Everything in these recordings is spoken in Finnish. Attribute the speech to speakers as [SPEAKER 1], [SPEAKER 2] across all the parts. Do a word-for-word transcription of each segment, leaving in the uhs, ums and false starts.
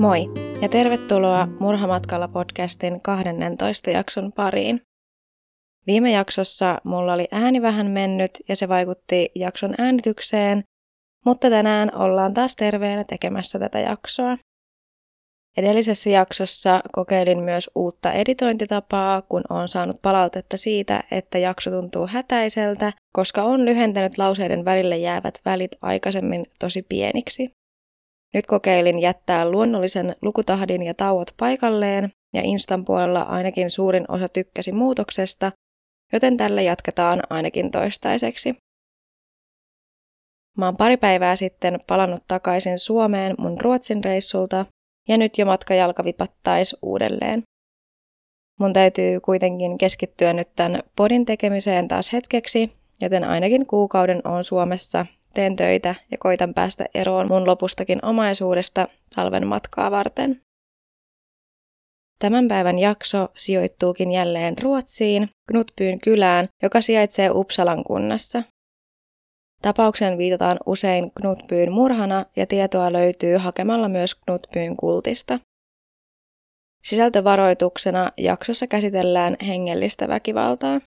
[SPEAKER 1] Moi ja tervetuloa Murhamatkalla podcastin kahdennentoista jakson pariin. Viime jaksossa mulla oli ääni vähän mennyt ja se vaikutti jakson äänitykseen, mutta tänään ollaan taas terveenä tekemässä tätä jaksoa. Edellisessä jaksossa kokeilin myös uutta editointitapaa, kun olen saanut palautetta siitä, että jakso tuntuu hätäiseltä, koska on lyhentänyt lauseiden välille jäävät välit aikaisemmin tosi pieniksi. Nyt kokeilin jättää luonnollisen lukutahdin ja tauot paikalleen, ja Instan puolella ainakin suurin osa tykkäsi muutoksesta, joten tällä jatketaan ainakin toistaiseksi. Mä oon pari päivää sitten palannut takaisin Suomeen mun Ruotsin reissulta, ja nyt jo matka jalkavipattais uudelleen. Mun täytyy kuitenkin keskittyä nyt tämän podin tekemiseen taas hetkeksi, joten ainakin kuukauden oon Suomessa, teen töitä ja koitan päästä eroon mun lopustakin omaisuudesta talven matkaa varten. Tämän päivän jakso sijoittuukin jälleen Ruotsiin, Knutbyn kylään, joka sijaitsee Uppsalan kunnassa. Tapaukseen viitataan usein Knutbyn murhana ja tietoa löytyy hakemalla myös Knutbyn kultista. Sisältövaroituksena jaksossa käsitellään hengellistä väkivaltaa.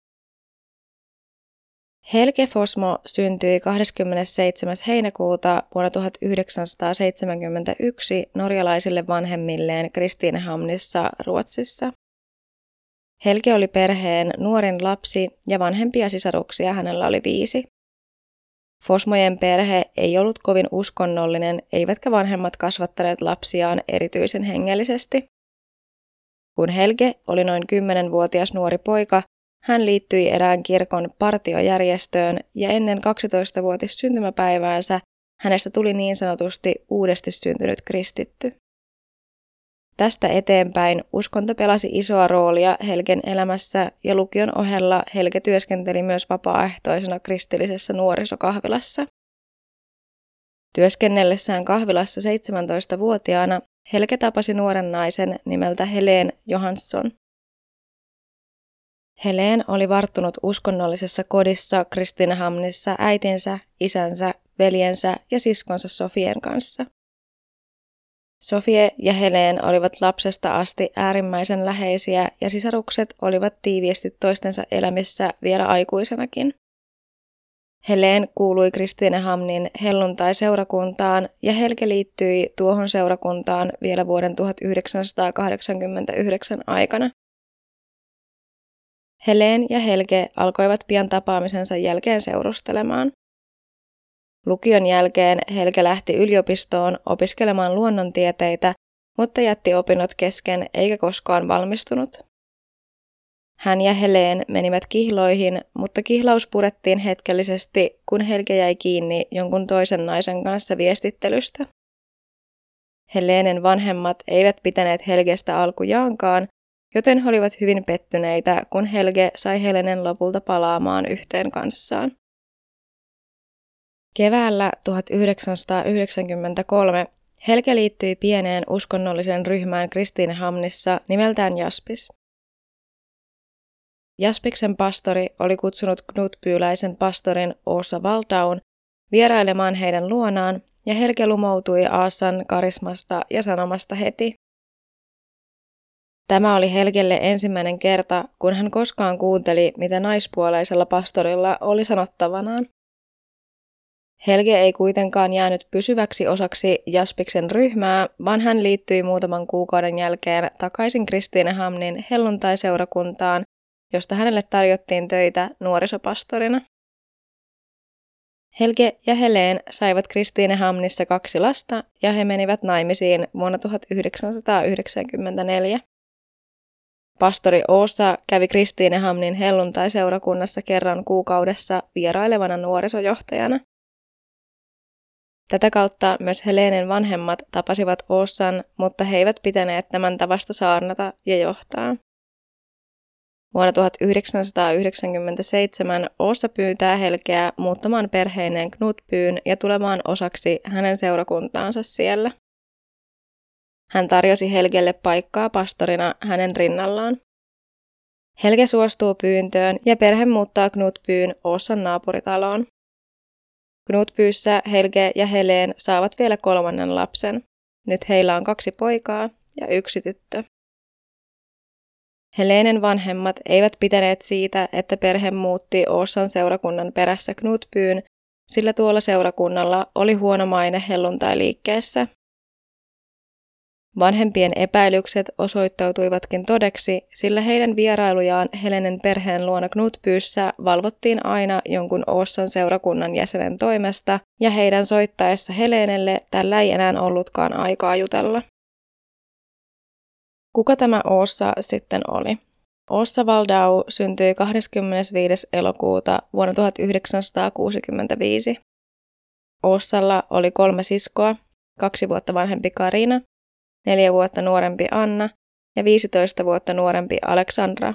[SPEAKER 1] Helge Fossmo syntyi kahdeskymmenesseitsemäs heinäkuuta vuonna tuhatyhdeksänsataaseitsemänkymmentäyksi norjalaisille vanhemmilleen Kristinehamnissa, Ruotsissa. Helge oli perheen nuorin lapsi ja vanhempia sisaruksia hänellä oli viisi. Fossmojen perhe ei ollut kovin uskonnollinen, eivätkä vanhemmat kasvattaneet lapsiaan erityisen hengellisesti. Kun Helge oli noin kymmenvuotias nuori poika, hän liittyi erään kirkon partiojärjestöön ja ennen kaksitoistavuotis syntymäpäiväänsä hänestä tuli niin sanotusti uudesti syntynyt kristitty. Tästä eteenpäin uskonto pelasi isoa roolia Helgen elämässä ja lukion ohella Helge työskenteli myös vapaaehtoisena kristillisessä nuorisokahvilassa. Työskennellessään kahvilassa seitsemäntoistavuotiaana Helge tapasi nuoren naisen nimeltä Helene Johansson. Helene oli varttunut uskonnollisessa kodissa Kristinehamnissa äitinsä, isänsä, veljensä ja siskonsa Sofien kanssa. Sofie ja Helene olivat lapsesta asti äärimmäisen läheisiä ja sisarukset olivat tiiviisti toistensa elämissä vielä aikuisenakin. Helene kuului Kristinehamnin helluntai-seurakuntaan ja Helge liittyi tuohon seurakuntaan vielä vuoden tuhatyhdeksänsataakahdeksankymmentäyhdeksän aikana. Helene ja Helge alkoivat pian tapaamisensa jälkeen seurustelemaan. Lukion jälkeen Helge lähti yliopistoon opiskelemaan luonnontieteitä, mutta jätti opinnot kesken eikä koskaan valmistunut. Hän ja Helene menivät kihloihin, mutta kihlaus purettiin hetkellisesti, kun Helge jäi kiinni jonkun toisen naisen kanssa viestittelystä. Helenen vanhemmat eivät pitäneet Helgestä alkujaankaan, joten he olivat hyvin pettyneitä, kun Helge sai Helenen lopulta palaamaan yhteen kanssaan. Keväällä tuhatyhdeksänsataayhdeksänkymmentäkolme Helge liittyi pieneen uskonnolliseen ryhmään Kristinehamnissa nimeltään Jaspis. Jaspiksen pastori oli kutsunut knutbyläisen pastorin Åsa Valdaun vierailemaan heidän luonaan ja Helge lumoutui Aasan karismasta ja sanomasta heti. Tämä oli Helgelle ensimmäinen kerta, kun hän koskaan kuunteli, mitä naispuoleisella pastorilla oli sanottavanaan. Helge ei kuitenkaan jäänyt pysyväksi osaksi Jaspiksen ryhmää, vaan hän liittyi muutaman kuukauden jälkeen takaisin Kristinehamnin helluntai-seurakuntaan, josta hänelle tarjottiin töitä nuorisopastorina. Helge ja Helene saivat Kristinehamnissa kaksi lasta ja he menivät naimisiin vuonna tuhatyhdeksänsataayhdeksänkymmentäneljä. Pastori Åsa kävi Kristinehamnin helluntai-seurakunnassa kerran kuukaudessa vierailevana nuorisojohtajana. Tätä kautta myös Helenen vanhemmat tapasivat Åsan, mutta he eivät pitäneet tämän tavasta saarnata ja johtaa. Vuonna tuhatyhdeksänsataayhdeksänkymmentäseitsemän Åsa pyytää Helgeä muuttamaan perheineen Knutbyyn ja tulemaan osaksi hänen seurakuntaansa siellä. Hän tarjosi Helgelle paikkaa pastorina hänen rinnallaan. Helge suostuu pyyntöön ja perhe muuttaa Knutbyyn Åsan naapuritaloon. Knutbyssä Helge ja Helene saavat vielä kolmannen lapsen. Nyt heillä on kaksi poikaa ja yksi tyttö. Helenen vanhemmat eivät pitäneet siitä, että perhe muutti Oossan seurakunnan perässä Knutbyyn, sillä tuolla seurakunnalla oli huono maine helluntai-liikkeessä. Vanhempien epäilykset osoittautuivatkin todeksi, sillä heidän vierailujaan Helenen perheen luona Knutbyyssä valvottiin aina jonkun Oossan seurakunnan jäsenen toimesta, ja heidän soittaessa Helenelle tällä ei enää ollutkaan aikaa jutella. Kuka tämä Åsa sitten oli? Åsa Waldau syntyi kahdeskymmenesviides elokuuta vuonna tuhatyhdeksänsataakuusikymmentäviisi. Åsalla oli kolme siskoa, kaksi vuotta vanhempi Karina, neljä vuotta nuorempi Anna ja viisitoista vuotta nuorempi Aleksandra.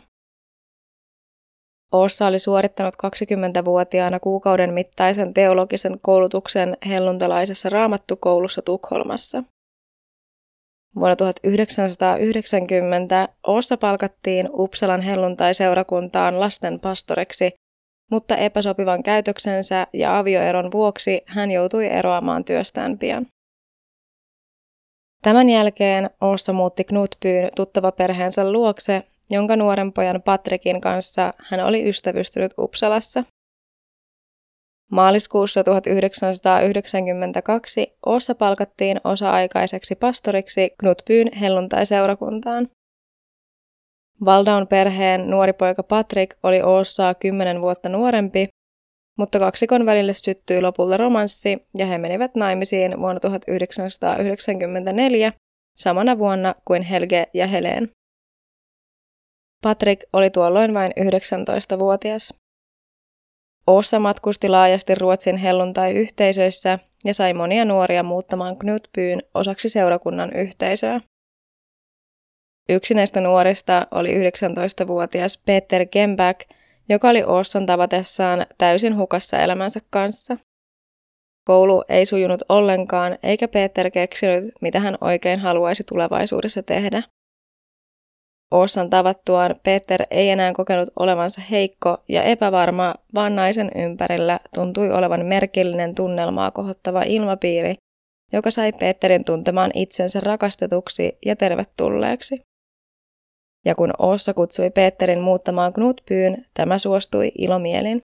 [SPEAKER 1] Åsa oli suorittanut kaksikymmentävuotiaana kuukauden mittaisen teologisen koulutuksen helluntalaisessa raamattukoulussa Tukholmassa. Vuonna tuhatyhdeksänsataayhdeksänkymmentä Åsa palkattiin Uppsalan helluntai-seurakuntaan lasten pastoreksi, mutta epäsopivan käytöksensä ja avioeron vuoksi hän joutui eroamaan työstään pian. Tämän jälkeen Åsa muutti Knutbyyn tuttavaperheensä luokse, jonka nuoren pojan Patrikin kanssa hän oli ystävystynyt Uppsalassa. Maaliskuussa tuhatyhdeksänsataayhdeksänkymmentäkaksi Åsa palkattiin osa-aikaiseksi pastoriksi Knutbyn helluntai-seurakuntaan. Waldaun perheen nuori poika Patrik oli Åsaa kymmenen vuotta nuorempi, mutta kaksikon välille syttyi lopulta romanssi ja he menivät naimisiin vuonna tuhatyhdeksänsataayhdeksänkymmentäneljä, samana vuonna kuin Helge ja Helen. Patrik oli tuolloin vain yhdeksäntoistavuotias. Åsa matkusti laajasti Ruotsin helluntai-yhteisöissä ja sai monia nuoria muuttamaan Knutbyyn osaksi seurakunnan yhteisöä. Yksi näistä nuorista oli yhdeksäntoistavuotias Peter Gemback, joka oli Åsan tavatessaan täysin hukassa elämänsä kanssa. Koulu ei sujunut ollenkaan, eikä Peter keksinyt, mitä hän oikein haluaisi tulevaisuudessa tehdä. Åsan tavattuaan Peter ei enää kokenut olevansa heikko ja epävarma, vaan naisen ympärillä tuntui olevan merkillinen tunnelmaa kohottava ilmapiiri, joka sai Peterin tuntemaan itsensä rakastetuksi ja tervetulleeksi. Ja kun Åsa kutsui Peterin muuttamaan Knutbyyn, tämä suostui ilomielin.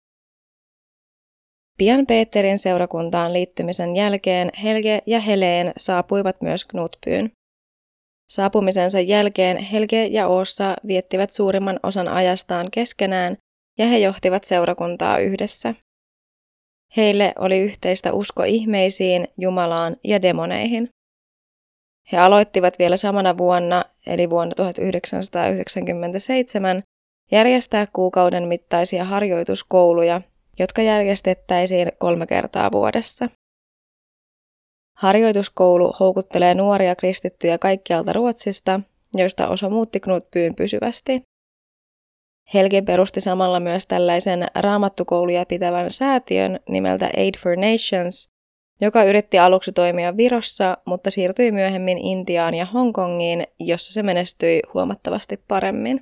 [SPEAKER 1] Pian Peterin seurakuntaan liittymisen jälkeen Helge ja Helen saapuivat myös Knutbyyn. Saapumisensa jälkeen Helge ja Åsa viettivät suurimman osan ajastaan keskenään ja he johtivat seurakuntaa yhdessä. Heille oli yhteistä usko ihmeisiin, Jumalaan ja demoneihin. He aloittivat vielä samana vuonna, eli vuonna tuhatyhdeksänsataayhdeksänkymmentäseitsemän, järjestää kuukauden mittaisia harjoituskouluja, jotka järjestettäisiin kolme kertaa vuodessa. Harjoituskoulu houkuttelee nuoria kristittyjä kaikkialta Ruotsista, joista osa muutti Knutbyyn pysyvästi. Helge perusti samalla myös tällaisen raamattukouluja pitävän säätiön nimeltä Aid for Nations, joka yritti aluksi toimia Virossa, mutta siirtyi myöhemmin Intiaan ja Hongkongiin, jossa se menestyi huomattavasti paremmin.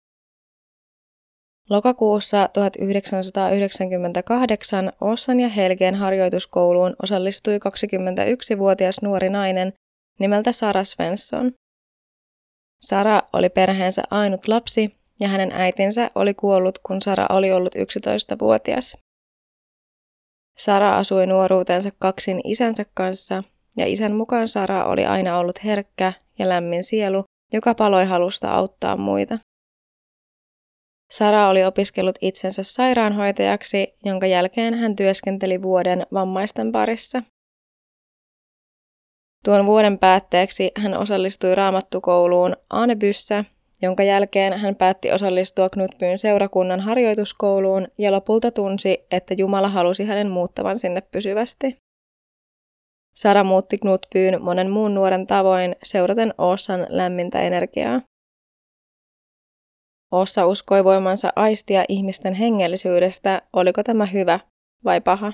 [SPEAKER 1] Lokakuussa tuhatyhdeksänsataayhdeksänkymmentäkahdeksan Åsan ja Helgen harjoituskouluun osallistui kaksikymmentäyksivuotias nuori nainen nimeltä Sara Svensson. Sara oli perheensä ainut lapsi ja hänen äitinsä oli kuollut, kun Sara oli ollut yksitoistavuotias. Sara asui nuoruutensa kaksin isänsä kanssa ja isän mukaan Sara oli aina ollut herkkä ja lämmin sielu, joka paloi halusta auttaa muita. Sara oli opiskellut itsensä sairaanhoitajaksi, jonka jälkeen hän työskenteli vuoden vammaisten parissa. Tuon vuoden päätteeksi hän osallistui raamattukouluun Anebyssä, jonka jälkeen hän päätti osallistua Knutbyn seurakunnan harjoituskouluun ja lopulta tunsi, että Jumala halusi hänen muuttavan sinne pysyvästi. Sara muutti Knutbyn monen muun nuoren tavoin seuraten Åsan lämmintä energiaa. Åsa uskoi voimansa aistia ihmisten hengellisyydestä, oliko tämä hyvä vai paha.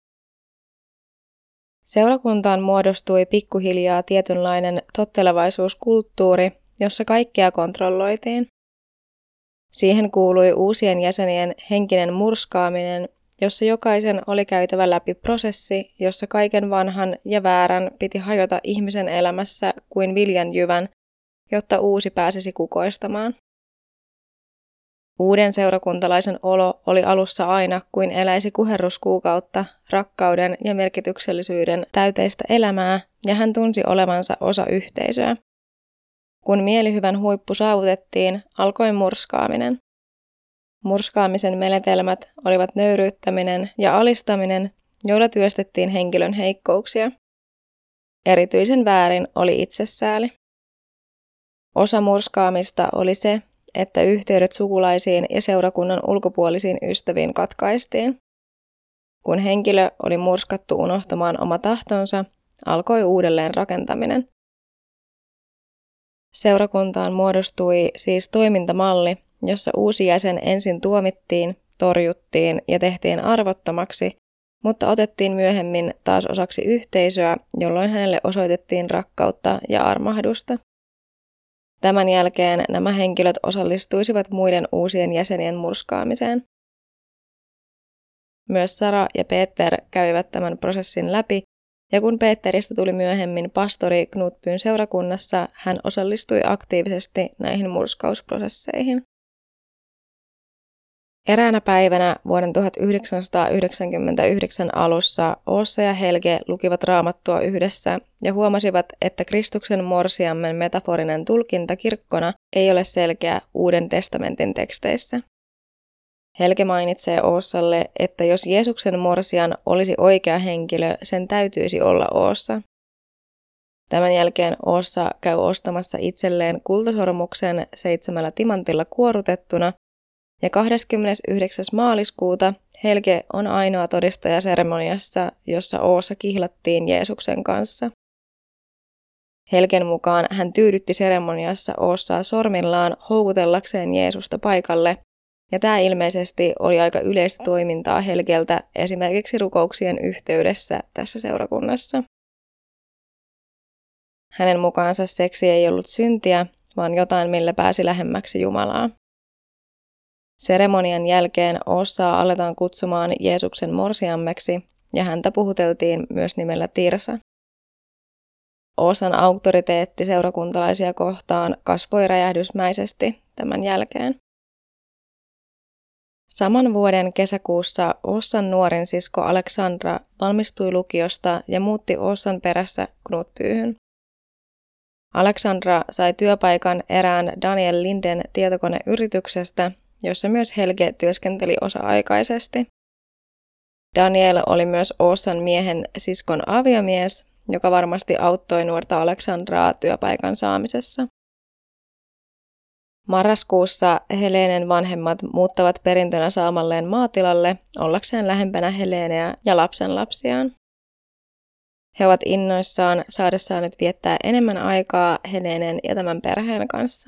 [SPEAKER 1] Seurakuntaan muodostui pikkuhiljaa tietynlainen tottelevaisuuskulttuuri, jossa kaikkea kontrolloitiin. Siihen kuului uusien jäsenien henkinen murskaaminen jossa jokaisen oli käytävä läpi prosessi, jossa kaiken vanhan ja väärän piti hajota ihmisen elämässä kuin viljanjyvän, jotta uusi pääsisi kukoistamaan. Uuden seurakuntalaisen olo oli alussa aina kuin eläisi kuherruskuukautta, rakkauden ja merkityksellisyyden täyteistä elämää, ja hän tunsi olevansa osa yhteisöä. Kun mielihyvän huippu saavutettiin, alkoi murskaaminen. Murskaamisen menetelmät olivat nöyryyttäminen ja alistaminen, joilla työstettiin henkilön heikkouksia. Erityisen väärin oli itsesääli. Osa murskaamista oli se, että yhteydet sukulaisiin ja seurakunnan ulkopuolisiin ystäviin katkaistiin. Kun henkilö oli murskattu unohtamaan oma tahtonsa, alkoi uudelleen rakentaminen. Seurakuntaan muodostui siis toimintamalli, jossa uusi jäsen ensin tuomittiin, torjuttiin ja tehtiin arvottomaksi, mutta otettiin myöhemmin taas osaksi yhteisöä, jolloin hänelle osoitettiin rakkautta ja armahdusta. Tämän jälkeen nämä henkilöt osallistuisivat muiden uusien jäsenien murskaamiseen. Myös Sara ja Peter kävivät tämän prosessin läpi, ja kun Peteristä tuli myöhemmin pastori Knutbyn seurakunnassa, hän osallistui aktiivisesti näihin murskausprosesseihin. Eräänä päivänä vuoden tuhatyhdeksänsataayhdeksänkymmentäyhdeksän alussa Åsa ja Helge lukivat raamattua yhdessä ja huomasivat, että Kristuksen morsiammen metaforinen tulkinta kirkkona ei ole selkeä Uuden testamentin teksteissä. Helge mainitsee Åsalle, että jos Jeesuksen morsian olisi oikea henkilö, sen täytyisi olla Åsa. Tämän jälkeen Åsa käy ostamassa itselleen kultasormuksen seitsemällä timantilla kuorutettuna, ja kahdeskymmenesyhdeksäs maaliskuuta Helge on ainoa todistaja seremoniassa, jossa Åsa kihlattiin Jeesuksen kanssa. Helgen mukaan hän tyydytti seremoniassa Åsaa sormillaan houkutellakseen Jeesusta paikalle, ja tämä ilmeisesti oli aika yleistä toimintaa Helgeltä esimerkiksi rukouksien yhteydessä tässä seurakunnassa. Hänen mukaansa seksi ei ollut syntiä, vaan jotain, millä pääsi lähemmäksi Jumalaa. Seremonian jälkeen Åsaa aletaan kutsumaan Jeesuksen morsiammeksi, ja häntä puhuteltiin myös nimellä Tirsa. Åsan auktoriteetti seurakuntalaisia kohtaan kasvoi räjähdysmäisesti tämän jälkeen. Saman vuoden kesäkuussa Åsan nuorin sisko Alexandra valmistui lukiosta ja muutti Åsan perässä Knutbyhyn. Alexandra sai työpaikan erään Daniel Linden tietokoneyrityksestä, jossa myös Helge työskenteli osa-aikaisesti. Daniel oli myös Åsan miehen siskon aviomies, joka varmasti auttoi nuorta Alexandraa työpaikan saamisessa. Marraskuussa Helenen vanhemmat muuttavat perintönä saamalleen maatilalle ollakseen lähempänä Heleneä ja lapsenlapsiaan. He ovat innoissaan saadessaan nyt viettää enemmän aikaa Helenen ja tämän perheen kanssa.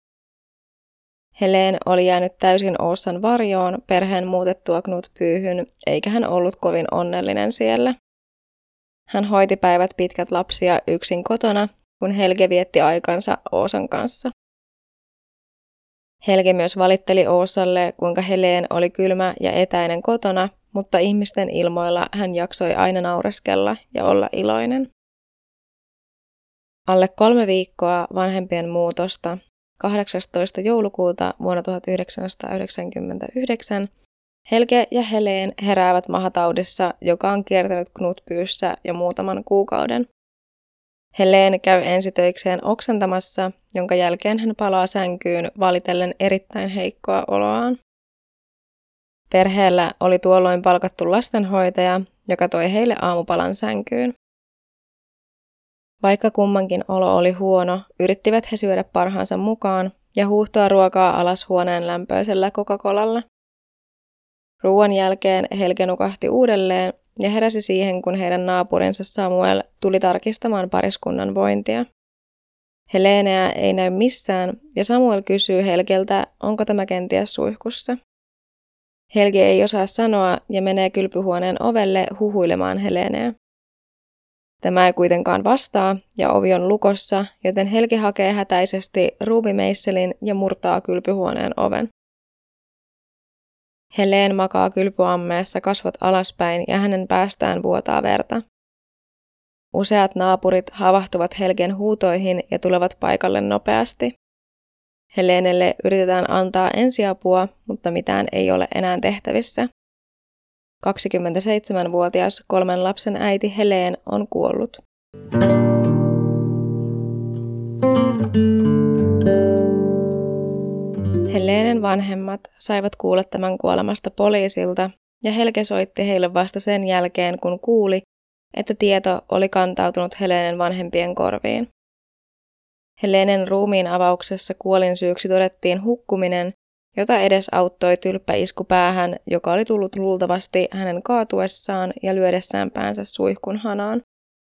[SPEAKER 1] Helen oli jäänyt täysin Åsan varjoon perheen muutettua Knutbyhyn, eikä hän ollut kovin onnellinen siellä. Hän hoiti päivät pitkät lapsia yksin kotona, kun Helge vietti aikansa Åsan kanssa. Helge myös valitteli Åsalle, kuinka Helen oli kylmä ja etäinen kotona, mutta ihmisten ilmoilla hän jaksoi aina naureskella ja olla iloinen. Alle kolme viikkoa vanhempien muutosta, kahdeksastoista joulukuuta vuonna tuhatyhdeksänsataayhdeksänkymmentäyhdeksän, Helge ja Helen heräävät mahataudissa, joka on kiertänyt Knutbyssä jo muutaman kuukauden. Helen käy ensitöikseen oksentamassa, jonka jälkeen hän palaa sänkyyn valitellen erittäin heikkoa oloaan. Perheellä oli tuolloin palkattu lastenhoitaja, joka toi heille aamupalan sänkyyn. Vaikka kummankin olo oli huono, yrittivät he syödä parhaansa mukaan ja huuhtoa ruokaa alas huoneen lämpöisellä Coca-Colalla. Ruoan jälkeen Helge nukahti uudelleen ja heräsi siihen, kun heidän naapurinsa Samuel tuli tarkistamaan pariskunnan vointia. Heleneä ei näy missään ja Samuel kysyy Helgeltä, onko tämä kenties suihkussa. Helge ei osaa sanoa ja menee kylpyhuoneen ovelle huhuilemaan Heleneä. Tämä ei kuitenkaan vastaa ja ovi on lukossa, joten Helge hakee hätäisesti ruuvimeisselin ja murtaa kylpyhuoneen oven. Helene makaa kylpyammeessa kasvot alaspäin ja hänen päästään vuotaa verta. Useat naapurit havahtuvat Helgen huutoihin ja tulevat paikalle nopeasti. Helenelle yritetään antaa ensiapua, mutta mitään ei ole enää tehtävissä. kaksikymmentäseitsemänvuotias kolmen lapsen äiti Helene on kuollut. Helenen vanhemmat saivat kuulla tämän kuolemasta poliisilta ja Helge soitti heille vasta sen jälkeen, kun kuuli, että tieto oli kantautunut Helenen vanhempien korviin. Helenen ruumiin avauksessa kuolinsyyksi todettiin hukkuminen, jota edes auttoi tylppä isku päähän, joka oli tullut luultavasti hänen kaatuessaan ja lyödessään päänsä suihkun hanaan.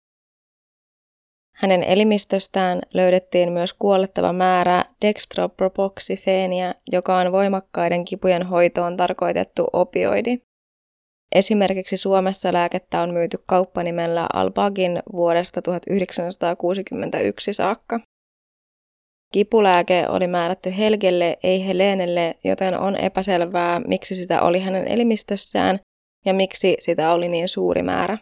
[SPEAKER 1] Hänen elimistöstään löydettiin myös kuolettava määrä dextropropoxifeenia, joka on voimakkaiden kipujen hoitoon tarkoitettu opioidi. Esimerkiksi Suomessa lääkettä on myyty kauppanimellä Albagin vuodesta tuhatyhdeksänsataakuusikymmentäyksi saakka. Kipulääke oli määrätty Helgelle, ei Helenelle, joten on epäselvää, miksi sitä oli hänen elimistössään ja miksi sitä oli niin suuri määrä.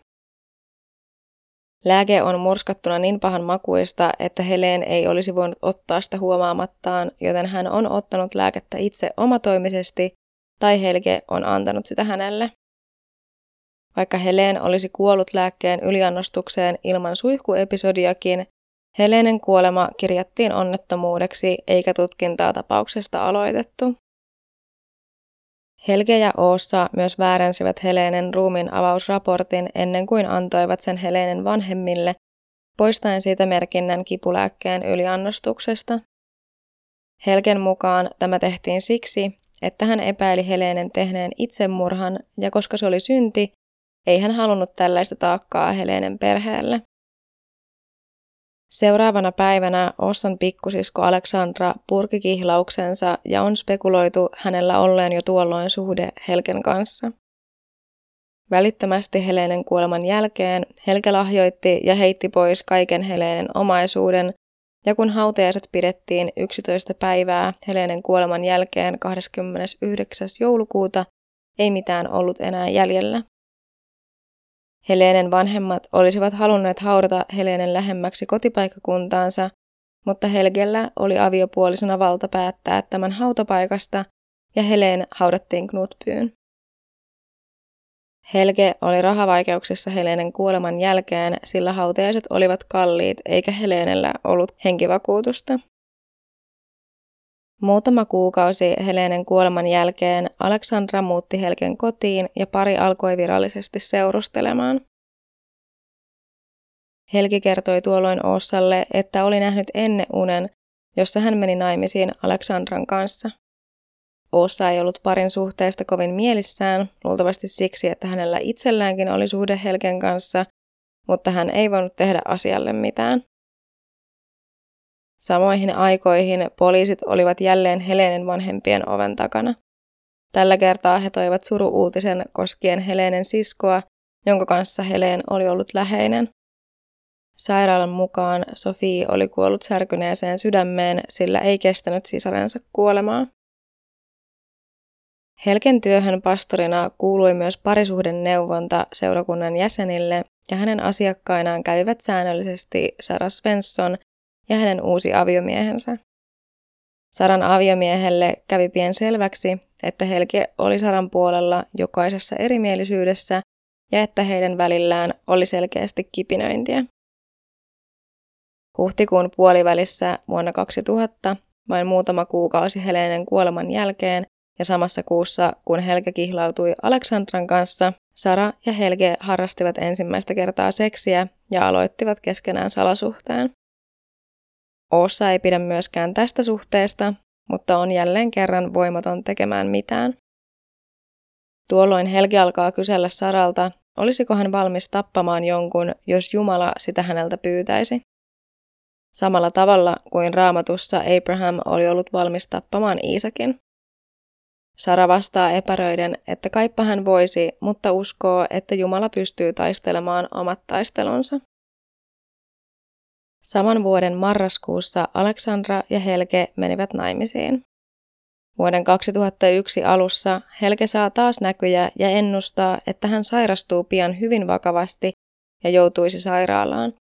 [SPEAKER 1] Lääke on murskattuna niin pahan makuista, että Helene ei olisi voinut ottaa sitä huomaamattaan, joten hän on ottanut lääkettä itse omatoimisesti tai Helge on antanut sitä hänelle. Vaikka Helene olisi kuollut lääkkeen yliannostukseen ilman suihkuepisodiakin, Helenen kuolema kirjattiin onnettomuudeksi eikä tutkintaa tapauksesta aloitettu. Helge ja Åsa myös väärensivät Helenen ruumiin avausraportin ennen kuin antoivat sen Helenen vanhemmille, poistaen siitä merkinnän kipulääkkeen yliannostuksesta. Helgen mukaan tämä tehtiin siksi, että hän epäili Helenen tehneen itsemurhan ja koska se oli synti, ei hän halunnut tällaista taakkaa Helenen perheelle. Seuraavana päivänä Åsan pikkusisko Alexandra purki kihlauksensa ja on spekuloitu hänellä olleen jo tuolloin suhde Helgen kanssa. Välittömästi Helenen kuoleman jälkeen Helge lahjoitti ja heitti pois kaiken Helenen omaisuuden, ja kun hautajaiset pidettiin yksitoista päivää Helenen kuoleman jälkeen kahdeskymmenesyhdeksäs joulukuuta, ei mitään ollut enää jäljellä. Helenen vanhemmat olisivat halunneet haudata Helenen lähemmäksi kotipaikkakuntaansa, mutta Helgellä oli aviopuolisona valta päättää tämän hautapaikasta ja Helene haudattiin Knutbyyn. Helge oli rahavaikeuksissa Helenen kuoleman jälkeen, sillä hautajaiset olivat kalliit eikä Helenellä ollut henkivakuutusta. Muutama kuukausi Helenen kuoleman jälkeen Alexandra muutti Helgen kotiin ja pari alkoi virallisesti seurustelemaan. Helge kertoi tuolloin Åsalle, että oli nähnyt ennen unen, jossa hän meni naimisiin Alexandran kanssa. Åsa ei ollut parin suhteesta kovin mielissään, luultavasti siksi, että hänellä itselläänkin oli suhde Helgen kanssa, mutta hän ei voinut tehdä asialle mitään. Samoihin aikoihin poliisit olivat jälleen Helenen vanhempien oven takana. Tällä kertaa he toivat suru-uutisen koskien Helenen siskoa, jonka kanssa Helene oli ollut läheinen. Sairaalan mukaan Sophie oli kuollut särkyneeseen sydämeen, sillä ei kestänyt sisarensa kuolemaa. Helgen työhön pastorina kuului myös parisuhdeneuvonta seurakunnan jäsenille ja hänen asiakkainaan kävivät säännöllisesti Sara Svensson ja hänen uusi aviomiehensä. Saran aviomiehelle kävi pian selväksi, että Helge oli Saran puolella jokaisessa erimielisyydessä ja että heidän välillään oli selkeästi kipinöintiä. Huhtikuun puolivälissä vuonna kaksituhatta, vain muutama kuukausi Helenen kuoleman jälkeen ja samassa kuussa, kun Helge kihlautui Alexandran kanssa, Sara ja Helge harrastivat ensimmäistä kertaa seksiä ja aloittivat keskenään salasuhteen. Åsa ei pidä myöskään tästä suhteesta, mutta on jälleen kerran voimaton tekemään mitään. Tuolloin Helge alkaa kysellä Saralta, olisiko hän valmis tappamaan jonkun, jos Jumala sitä häneltä pyytäisi. Samalla tavalla kuin Raamatussa Abraham oli ollut valmis tappamaan Iisakin. Sara vastaa epäröiden, että kaipa hän voisi, mutta uskoo, että Jumala pystyy taistelemaan omat taistelunsa. Saman vuoden marraskuussa Alexandra ja Helge menivät naimisiin. Vuoden kaksituhattayksi alussa Helge saa taas näkyjä ja ennustaa, että hän sairastuu pian hyvin vakavasti ja joutuisi sairaalaan.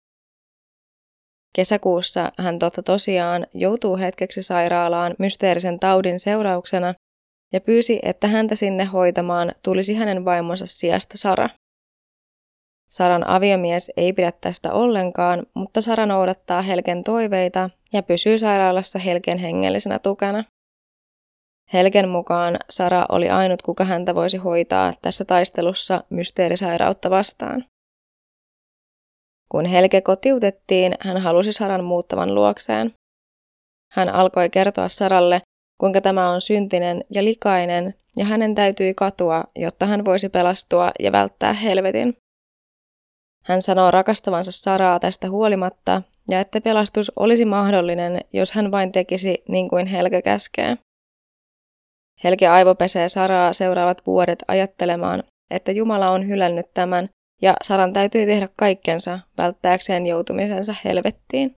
[SPEAKER 1] Kesäkuussa hän totta tosiaan joutuu hetkeksi sairaalaan mysteerisen taudin seurauksena ja pyysi, että häntä sinne hoitamaan tulisi hänen vaimonsa sijasta Sara. Saran aviomies ei pidä tästä ollenkaan, mutta Sara noudattaa Helgen toiveita ja pysyy sairaalassa Helgen hengellisenä tukena. Helgen mukaan Sara oli ainut, kuka häntä voisi hoitaa tässä taistelussa mysteerisairautta vastaan. Kun Helge kotiutettiin, hän halusi Saran muuttavan luokseen. Hän alkoi kertoa Saralle, kuinka tämä on syntinen ja likainen ja hänen täytyi katua, jotta hän voisi pelastua ja välttää helvetin. Hän sanoo rakastavansa Saraa tästä huolimatta ja että pelastus olisi mahdollinen, jos hän vain tekisi niin kuin Helge käskee. Helge aivopesee Saraa seuraavat vuodet ajattelemaan, että Jumala on hylännyt tämän ja Saran täytyy tehdä kaikkensa välttääkseen joutumisensa helvettiin.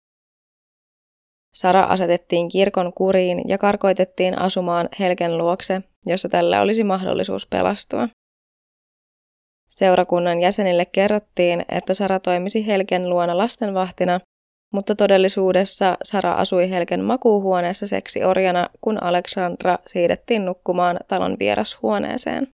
[SPEAKER 1] Sara asetettiin kirkon kuriin ja karkoitettiin asumaan Helgen luokse, jossa tällä olisi mahdollisuus pelastua. Seurakunnan jäsenille kerrottiin, että Sara toimisi Helgen luona lastenvahtina, mutta todellisuudessa Sara asui Helgen makuuhuoneessa seksiorjana, kun Aleksandra siirrettiin nukkumaan talon vierashuoneeseen.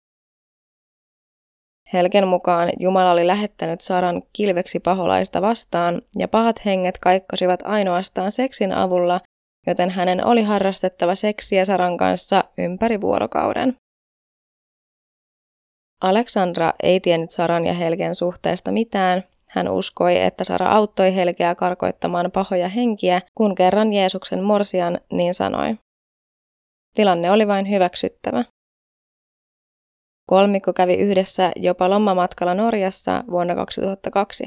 [SPEAKER 1] Helgen mukaan Jumala oli lähettänyt Saran kilveksi paholaista vastaan ja pahat henget kaikkosivat ainoastaan seksin avulla, joten hänen oli harrastettava seksiä Saran kanssa ympäri vuorokauden. Aleksandra ei tiennyt Saran ja Helgen suhteesta mitään. Hän uskoi, että Sara auttoi Helgeä karkoittamaan pahoja henkiä, kun kerran Jeesuksen morsian niin sanoi. Tilanne oli vain hyväksyttävä. Kolmikko kävi yhdessä jopa lomamatkalla Norjassa vuonna kaksituhattakaksi.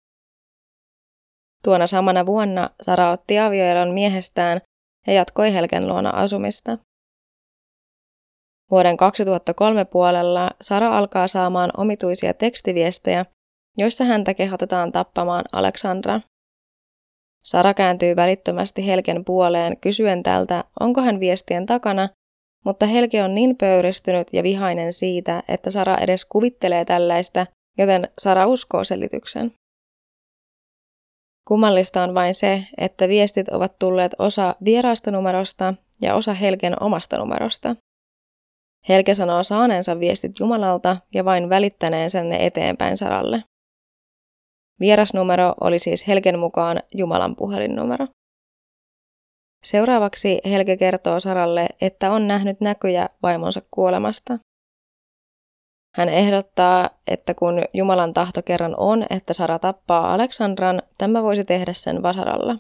[SPEAKER 1] Tuona samana vuonna Sara otti avioeron miehestään ja jatkoi Helgen luona asumista. Vuoden kaksituhattakolme puolella Sara alkaa saamaan omituisia tekstiviestejä, joissa häntä kehotetaan tappamaan Aleksandra. Sara kääntyy välittömästi Helgen puoleen kysyen tältä, onko hän viestien takana, mutta Helge on niin pöyristynyt ja vihainen siitä, että Sara edes kuvittelee tällaista, joten Sara uskoo selityksen. Kummallista on vain se, että viestit ovat tulleet osa vieraasta numerosta ja osa Helgen omasta numerosta. Helge sanoo saaneensa viestit Jumalalta ja vain välittäneensä ne eteenpäin Saralle. Vierasnumero oli siis Helgen mukaan Jumalan puhelinnumero. Seuraavaksi Helge kertoo Saralle, että on nähnyt näkyjä vaimonsa kuolemasta. Hän ehdottaa, että kun Jumalan tahto kerran on, että Sara tappaa Aleksandran, tämä voisi tehdä sen vasaralla.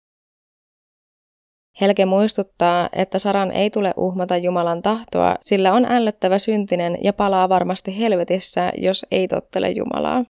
[SPEAKER 1] Helge muistuttaa, että Saran ei tule uhmata Jumalan tahtoa, sillä on ällöttävä syntinen ja palaa varmasti helvetissä, jos ei tottele Jumalaa.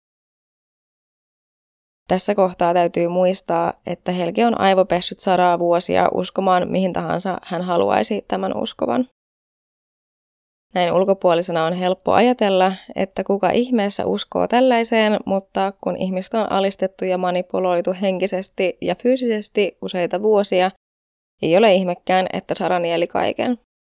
[SPEAKER 1] Tässä kohtaa täytyy muistaa, että Helge on aivopessyt Saraa vuosia uskomaan mihin tahansa hän haluaisi tämän uskovan. Näin ulkopuolisena on helppo ajatella, että kuka ihmeessä uskoo tällaiseen, mutta kun ihmistä on alistettu ja manipuloitu henkisesti ja fyysisesti useita vuosia, ei ole ihmekään, että Sara nieli kaiken.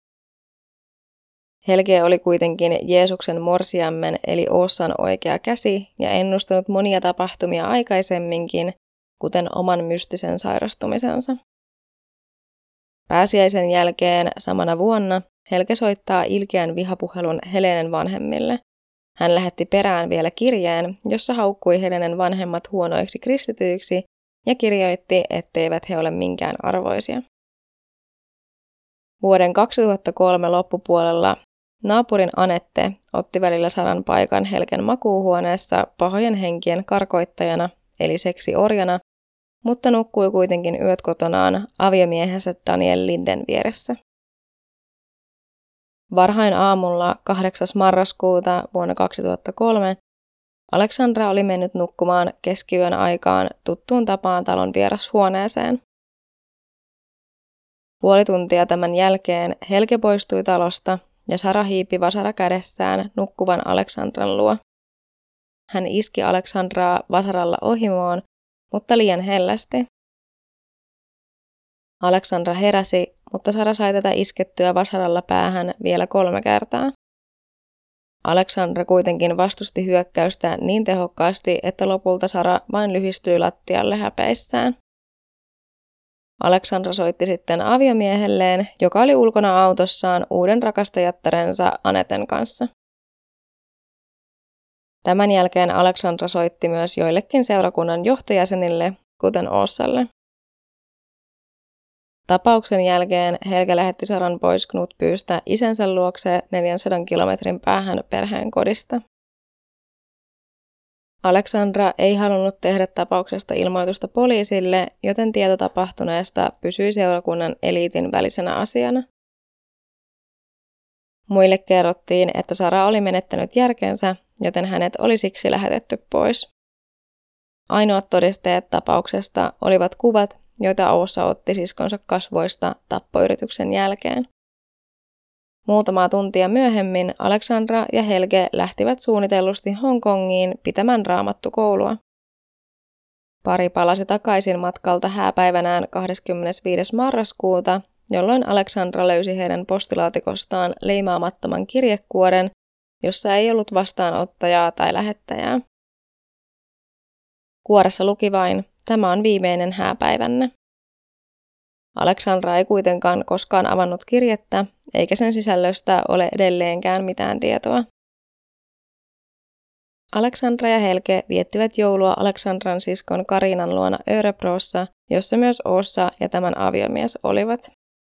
[SPEAKER 1] Helge oli kuitenkin Jeesuksen morsiammen eli Oossan oikea käsi ja ennustanut monia tapahtumia aikaisemminkin, kuten oman mystisen sairastumisensa. Pääsiäisen jälkeen samana vuonna Helge soittaa ilkeän vihapuhelun Helenen vanhemmille. Hän lähetti perään vielä kirjeen, jossa haukkui Helenen vanhemmat huonoiksi kristityiksi ja kirjoitti, etteivät he ole minkään arvoisia. Vuoden kaksituhattakolme loppupuolella naapurin Anette otti välillä Saran paikan Helgen makuuhuoneessa pahojen henkien karkoittajana eli seksiorjana, mutta nukkui kuitenkin yöt kotonaan aviomiehensä Daniel Linden vieressä. Varhain aamulla kahdeksas marraskuuta vuonna kaksituhattakolme Aleksandra oli mennyt nukkumaan keskiyön aikaan tuttuun tapaan talon vierashuoneeseen. Puoli tuntia tämän jälkeen Helge poistui talosta ja Sara hiipi vasara kädessään nukkuvan Aleksandran luo. Hän iski Aleksandraa vasaralla ohimoon, mutta liian hellästi. Aleksandra heräsi, mutta Sara sai tätä iskettyä vasaralla päähän vielä kolme kertaa. Aleksandra kuitenkin vastusti hyökkäystä niin tehokkaasti, että lopulta Sara vain lyhistyi lattialle häpeissään. Aleksandra soitti sitten aviomiehelleen, joka oli ulkona autossaan uuden rakastajattarensa Aneten kanssa. Tämän jälkeen Aleksandra soitti myös joillekin seurakunnan johtojäsenille, kuten Åsalle. Tapauksen jälkeen Helge lähetti Saran pois Knutbystä isänsä luokse neljänsadan kilometrin päähän perheen kodista. Aleksandra ei halunnut tehdä tapauksesta ilmoitusta poliisille, joten tieto tapahtuneesta pysyi seurakunnan eliitin välisenä asiana. Muille kerrottiin, että Sara oli menettänyt järkensä, joten hänet oli siksi lähetetty pois. Ainoat todisteet tapauksesta olivat kuvat, joita Åsa otti siskonsa kasvoista tappoyrityksen jälkeen. Muutamaa tuntia myöhemmin Aleksandra ja Helge lähtivät suunnitellusti Hongkongiin pitämään raamattukoulua. Pari palasi takaisin matkalta hääpäivänään kahdeskymmenesviides marraskuuta, jolloin Aleksandra löysi heidän postilaatikostaan leimaamattoman kirjekuoren, jossa ei ollut vastaanottajaa tai lähettäjää. Kuoressa luki vain, tämä on viimeinen hääpäivänne. Aleksandra ei kuitenkaan koskaan avannut kirjettä, eikä sen sisällöstä ole edelleenkään mitään tietoa. Aleksandra ja Helge viettivät joulua Aleksandran siskon Karinan luona Örebrossa, jossa myös Åsa ja tämän aviomies olivat.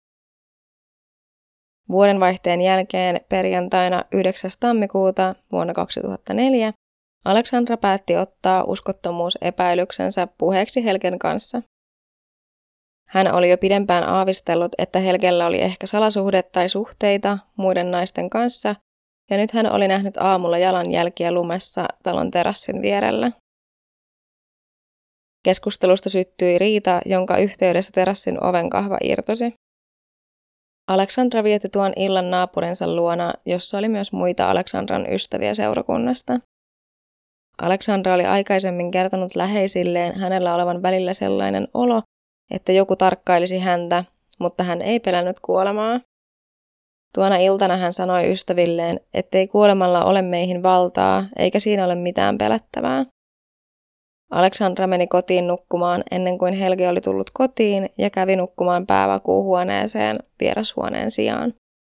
[SPEAKER 1] Vuodenvaihteen jälkeen perjantaina yhdeksäs tammikuuta vuonna kaksituhattaneljä Aleksandra päätti ottaa uskottomuusepäilyksensä puheeksi Helgen kanssa. Hän oli jo pidempään aavistellut, että Helgellä oli ehkä salasuhde tai suhteita muiden naisten kanssa, ja nyt hän oli nähnyt aamulla jalanjälkiä lumessa talon terassin vierellä. Keskustelusta syttyi riita, jonka yhteydessä terassin ovenkahva irtosi. Aleksandra vietti tuon illan naapurinsa luona, jossa oli myös muita Aleksandran ystäviä seurakunnasta. Aleksandra oli aikaisemmin kertonut läheisilleen hänellä olevan välillä sellainen olo, että joku tarkkailisi häntä, mutta hän ei pelännyt kuolemaa. Tuona iltana hän sanoi ystävilleen, ettei kuolemalla ole meihin valtaa, eikä siinä ole mitään pelättävää. Aleksandra meni kotiin nukkumaan ennen kuin Helge oli tullut kotiin ja kävi nukkumaan päävakuuhuoneeseen vierashuoneen sijaan.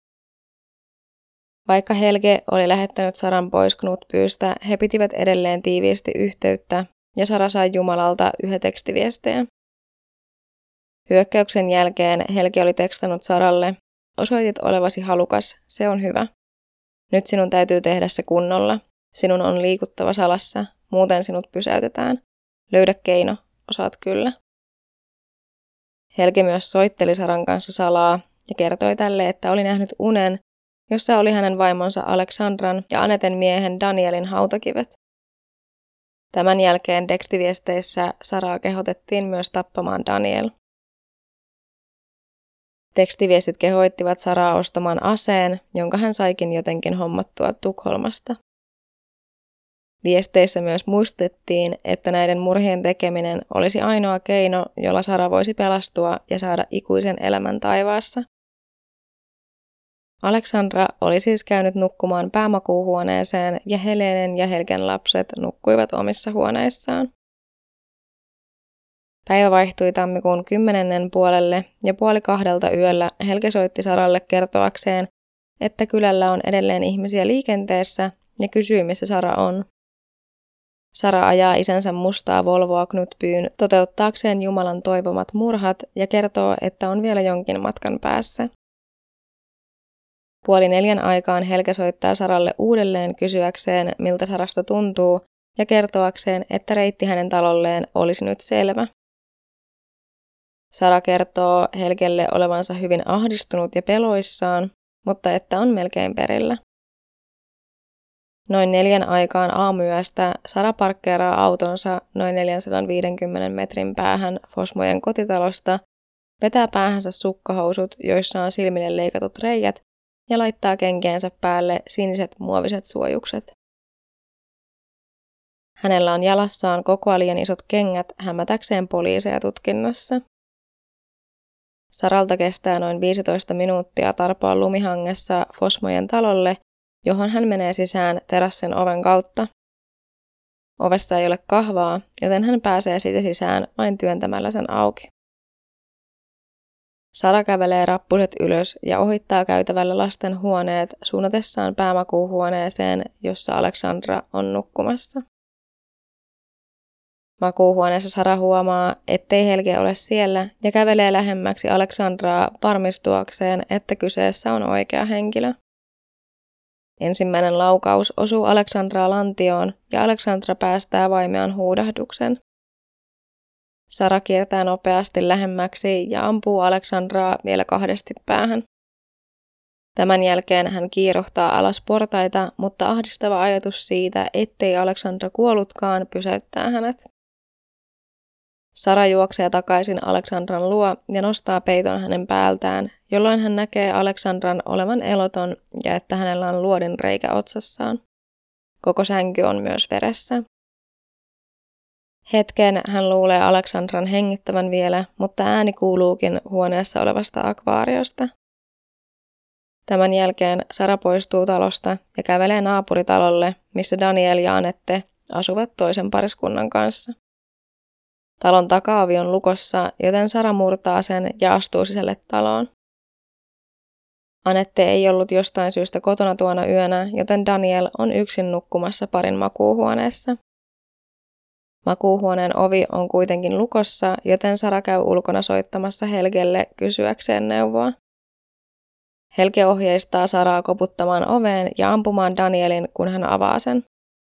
[SPEAKER 1] Vaikka Helge oli lähettänyt Saran pois Knutbystä, he pitivät edelleen tiiviisti yhteyttä ja Sara sai Jumalalta yhä tekstiviestejä. Hyökkäyksen jälkeen Helge oli tekstannut Saralle, osoitit olevasi halukas, se on hyvä. Nyt sinun täytyy tehdä se kunnolla. Sinun on liikuttava salassa, muuten sinut pysäytetään. Löydä keino, osaat kyllä. Helge myös soitteli Saran kanssa salaa ja kertoi tälle, että oli nähnyt unen, jossa oli hänen vaimonsa Aleksandran ja Aneten miehen Danielin hautakivet. Tämän jälkeen tekstiviesteissä Saraa kehotettiin myös tappamaan Daniel. Tekstiviestit kehoittivat Saraa ostamaan aseen, jonka hän saikin jotenkin hommattua Tukholmasta. Viesteissä myös muistutettiin, että näiden murhien tekeminen olisi ainoa keino, jolla Sara voisi pelastua ja saada ikuisen elämän taivaassa. Aleksandra oli siis käynyt nukkumaan päämakuuhuoneeseen ja Helenen ja Helgen lapset nukkuivat omissa huoneissaan. Päivä vaihtui tammikuun kymmenennen puolelle ja puoli kahdelta yöllä Helge soitti Saralle kertoakseen, että kylällä on edelleen ihmisiä liikenteessä ja kysyi, missä Sara on. Sara ajaa isänsä mustaa Volvoa Knutbyyn toteuttaakseen Jumalan toivomat murhat ja kertoo, että on vielä jonkin matkan päässä. Puoli neljän aikaan Helge soittaa Saralle uudelleen kysyäkseen, miltä Sarasta tuntuu, ja kertoakseen, että reitti hänen talolleen olisi nyt selvä. Sara kertoo Helgelle olevansa hyvin ahdistunut ja peloissaan, mutta että on melkein perillä. Noin neljän aikaan aamuyöstä Sara parkkeeraa autonsa noin neljäsataaviisikymmentä metrin päähän Fosmojen kotitalosta, vetää päähänsä sukkahousut, joissa on silmille leikatut reijät, ja laittaa kenkiensä päälle siniset muoviset suojukset. Hänellä on jalassaan kokoa liian isot kengät hämätäkseen poliiseja tutkinnassa. Saralta kestää noin viisitoista minuuttia tarpoa lumihangessa Fosmojen talolle, johon hän menee sisään terassin oven kautta. Ovessa ei ole kahvaa, joten hän pääsee siitä sisään vain työntämällä sen auki. Sara kävelee rappuset ylös ja ohittaa käytävällä lasten huoneet suunnatessaan päämakuuhuoneeseen, jossa Alexandra on nukkumassa. Makuuhuoneessa Sara huomaa, ettei Helge ole siellä ja kävelee lähemmäksi Alexandraa varmistuakseen, että kyseessä on oikea henkilö. Ensimmäinen laukaus osuu Alexandraa lantioon ja Alexandra päästää vaimean huudahduksen. Sara kiertää nopeasti lähemmäksi ja ampuu Alexandraa vielä kahdesti päähän. Tämän jälkeen hän kiirohtaa alas portaita, mutta ahdistava ajatus siitä, ettei Alexandra kuollutkaan, pysäyttää hänet. Sara juoksee takaisin Alexandran luo ja nostaa peiton hänen päältään, jolloin hän näkee Alexandran olevan eloton ja että hänellä on luodinreikä otsassaan. Koko sänky on myös veressä. Hetken hän luulee Alexandran hengittävän vielä, mutta ääni kuuluukin huoneessa olevasta akvaariosta. Tämän jälkeen Sara poistuu talosta ja kävelee naapuritalolle, missä Daniel ja Anette asuvat toisen pariskunnan kanssa. Talon takaovi on lukossa, joten Sara murtaa sen ja astuu sisälle taloon. Anette ei ollut jostain syystä kotona tuona yönä, joten Daniel on yksin nukkumassa parin makuuhuoneessa. Makuuhuoneen ovi on kuitenkin lukossa, joten Sara käy ulkona soittamassa Helgelle kysyäkseen neuvoa. Helge ohjeistaa Saraa koputtamaan oveen ja ampumaan Danielin, kun hän avaa sen.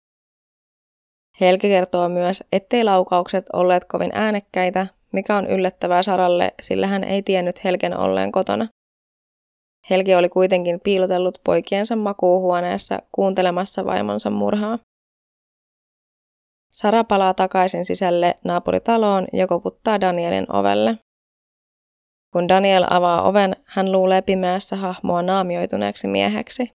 [SPEAKER 1] Helge kertoo myös, ettei laukaukset olleet kovin äänekkäitä, mikä on yllättävää Saralle, sillä hän ei tiennyt Helgen olleen kotona. Helge oli kuitenkin piilotellut poikiensa makuuhuoneessa kuuntelemassa vaimonsa murhaa. Sara palaa takaisin sisälle naapuritaloon ja koputtaa Danielin ovelle. Kun Daniel avaa oven, hän luulee pimeässä hahmoa naamioituneeksi mieheksi.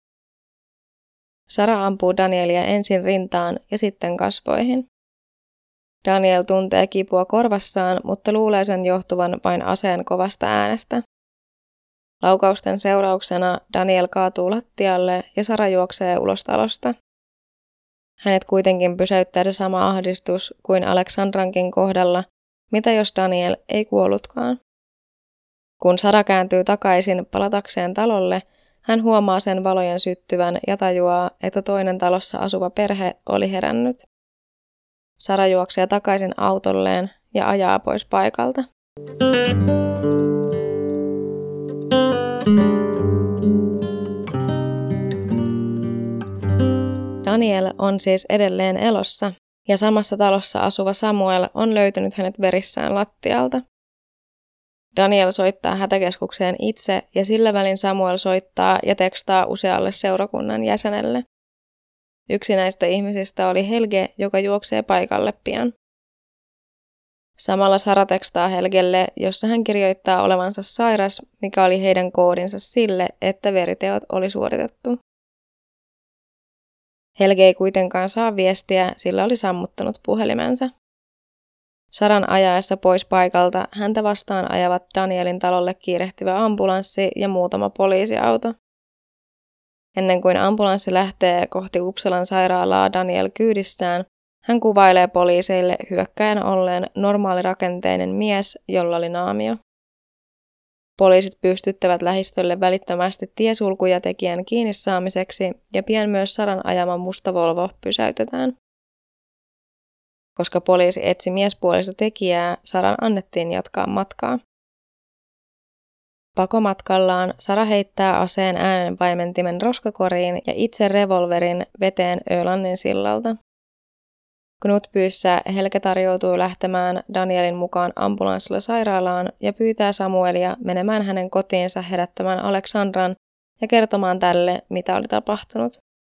[SPEAKER 1] Sara ampuu Danielia ensin rintaan ja sitten kasvoihin. Daniel tuntee kipua korvassaan, mutta luulee sen johtuvan vain aseen kovasta äänestä. Laukausten seurauksena Daniel kaatuu lattialle ja Sara juoksee ulos talosta. Hänet kuitenkin pysäyttää se sama ahdistus kuin Alexandrankin kohdalla, mitä jos Daniel ei kuollutkaan. Kun Sara kääntyy takaisin palatakseen talolle, hän huomaa sen valojen syttyvän ja tajuaa, että toinen talossa asuva perhe oli herännyt. Sara juoksee takaisin autolleen ja ajaa pois paikalta. Daniel on siis edelleen elossa ja samassa talossa asuva Samuel on löytänyt hänet verissään lattialta. Daniel soittaa hätäkeskukseen itse ja sillä välin Samuel soittaa ja tekstaa usealle seurakunnan jäsenelle. Yksi näistä ihmisistä oli Helge, joka juoksee paikalle pian. Samalla Sara tekstaa Helgelle, jossa hän kirjoittaa olevansa sairas, mikä oli heidän koodinsa sille, että veriteot oli suoritettu. Helge ei kuitenkaan saa viestiä, sillä oli sammuttanut puhelimensa. Saran ajaessa pois paikalta häntä vastaan ajavat Danielin talolle kiirehtivä ambulanssi ja muutama poliisiauto. Ennen kuin ambulanssi lähtee kohti Uppsalan sairaalaa Daniel kyydissään, hän kuvailee poliiseille hyökkäjän olleen normaalirakenteinen mies, jolla oli naamio. Poliisit pystyttävät lähistölle välittömästi tiesulkuja tekijän kiinni saamiseksi ja pian myös Saran ajama musta Volvo pysäytetään. Koska poliisi etsi miespuolista tekijää, Saran annettiin jatkaa matkaa. Pakomatkallaan Sara heittää aseen äänenvaimentimen roskakoriin ja itse revolverin veteen Ölannin sillalta. Knutbyssä Helge tarjoutuu lähtemään Danielin mukaan ambulanssilla sairaalaan ja pyytää Samuelia menemään hänen kotiinsa herättämään Alexandran ja kertomaan tälle, mitä oli tapahtunut.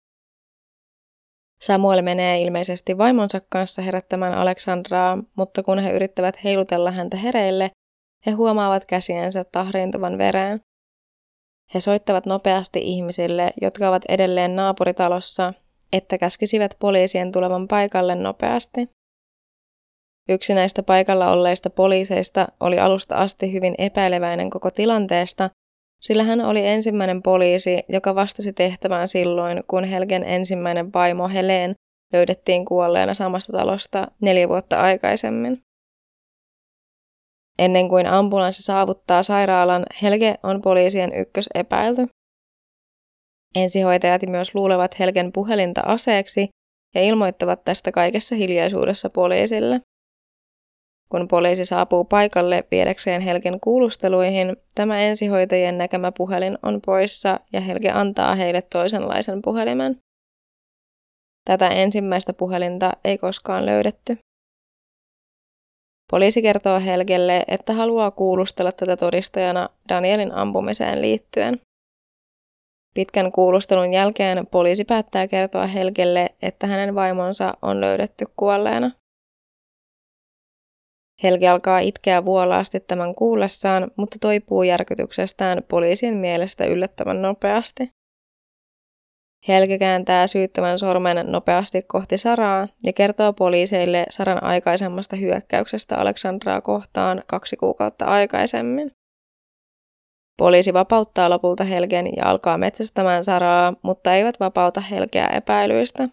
[SPEAKER 1] Samuel menee ilmeisesti vaimonsa kanssa herättämään Alexandraa, mutta kun he yrittävät heilutella häntä hereille, he huomaavat käsiensä tahriintuvan vereen. He soittavat nopeasti ihmisille, jotka ovat edelleen naapuritalossa, että käskisivät poliisien tulevan paikalle nopeasti. Yksi näistä paikalla olleista poliiseista oli alusta asti hyvin epäileväinen koko tilanteesta, sillä hän oli ensimmäinen poliisi, joka vastasi tehtävään silloin, kun Helgen ensimmäinen vaimo Helen löydettiin kuolleena samasta talosta neljä vuotta aikaisemmin. Ennen kuin ambulanssi saavuttaa sairaalan, Helge on poliisien ykkösepäilty. Ensihoitajat myös luulevat Helgen puhelinta aseeksi ja ilmoittavat tästä kaikessa hiljaisuudessa poliisille. Kun poliisi saapuu paikalle viedäkseen Helgen kuulusteluihin, tämä ensihoitajien näkemä puhelin on poissa ja Helge antaa heille toisenlaisen puhelimen. Tätä ensimmäistä puhelinta ei koskaan löydetty. Poliisi kertoo Helgelle, että haluaa kuulustella tätä todistajana Danielin ampumiseen liittyen. Pitkän kuulustelun jälkeen poliisi päättää kertoa Helgelle, että hänen vaimonsa on löydetty kuolleena. Helge alkaa itkeä vuolaasti tämän kuullessaan, mutta toipuu järkytyksestään poliisien mielestä yllättävän nopeasti. Helge kääntää syyttävän sormen nopeasti kohti Saraa ja kertoo poliiseille Saran aikaisemmasta hyökkäyksestä Alexandraa kohtaan kaksi kuukautta aikaisemmin. Poliisi vapauttaa lopulta Helgen ja alkaa metsästämään Saraa, mutta eivät vapauta Helgeä epäilyistä.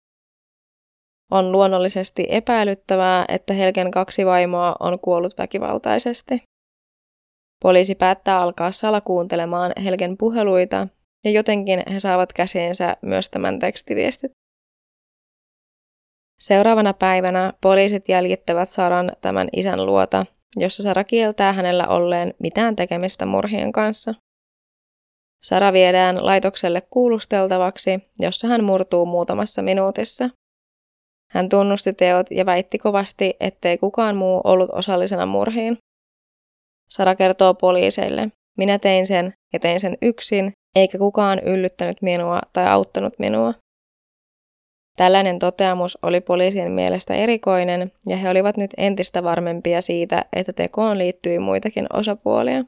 [SPEAKER 1] On luonnollisesti epäilyttävää, että Helgen kaksi vaimoa on kuollut väkivaltaisesti. Poliisi päättää alkaa salakuuntelemaan Helgen puheluita, ja jotenkin he saavat käsiinsä myös tämän tekstiviestit. Seuraavana päivänä poliisit jäljittävät Saran tämän isän luota, jossa Sara kieltää hänellä olleen mitään tekemistä murhien kanssa. Sara viedään laitokselle kuulusteltavaksi, jossa hän murtuu muutamassa minuutissa. Hän tunnusti teot ja väitti kovasti, ettei kukaan muu ollut osallisena murhiin. Sara kertoo poliiseille, minä tein sen ja tein sen yksin, eikä kukaan yllyttänyt minua tai auttanut minua. Tällainen toteamus oli poliisien mielestä erikoinen ja he olivat nyt entistä varmempia siitä, että tekoon liittyi muitakin osapuolia.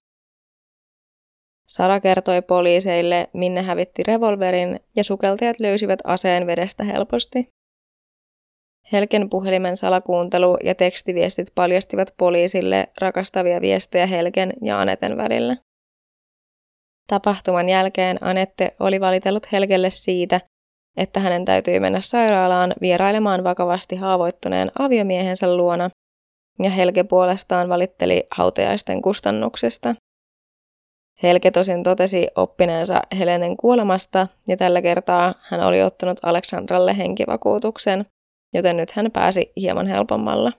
[SPEAKER 1] Sara kertoi poliiseille, minne hävitti revolverin ja sukeltajat löysivät aseen vedestä helposti. Helgen puhelimen salakuuntelu ja tekstiviestit paljastivat poliisille rakastavia viestejä Helgen ja Aneten välillä. Tapahtuman jälkeen Anette oli valitellut Helgelle siitä, että hänen täytyi mennä sairaalaan vierailemaan vakavasti haavoittuneen aviomiehensä luona, ja Helge puolestaan valitteli hautajaisten kustannuksista. Helge tosin totesi oppineensa Helenen kuolemasta, ja tällä kertaa hän oli ottanut Alexandralle henkivakuutuksen, joten nyt hän pääsi hieman helpommalla.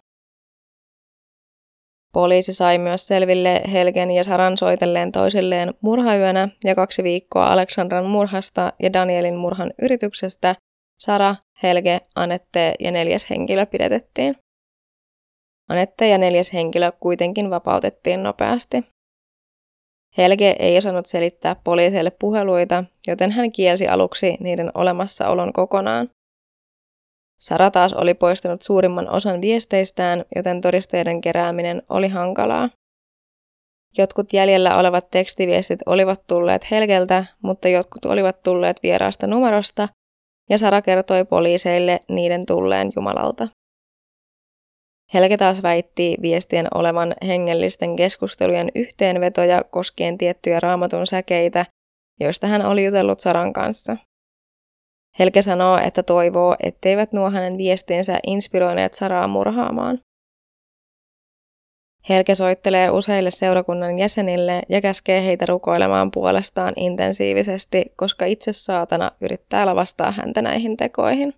[SPEAKER 1] Poliisi sai myös selville Helgen ja Saran soitelleen toisilleen murhayönä ja kaksi viikkoa Alexandran murhasta ja Danielin murhan yrityksestä Sara, Helge, Anette ja neljäs henkilö pidätettiin. Anette ja neljäs henkilö kuitenkin vapautettiin nopeasti. Helge ei osannut selittää poliiseille puheluita, joten hän kielsi aluksi niiden olemassaolon kokonaan. Sara taas oli poistanut suurimman osan viesteistään, joten todisteiden kerääminen oli hankalaa. Jotkut jäljellä olevat tekstiviestit olivat tulleet Helgeltä, mutta jotkut olivat tulleet vieraasta numerosta, ja Sara kertoi poliiseille niiden tulleen Jumalalta. Helge taas väitti viestien olevan hengellisten keskustelujen yhteenvetoja koskien tiettyjä raamatun säkeitä, joista hän oli jutellut Saran kanssa. Helge sanoo, että toivoo, etteivät nuo hänen viestinsä inspiroineet Saraa murhaamaan. Helge soittelee useille seurakunnan jäsenille ja käskee heitä rukoilemaan puolestaan intensiivisesti, koska itse saatana yrittää lavastaa häntä näihin tekoihin.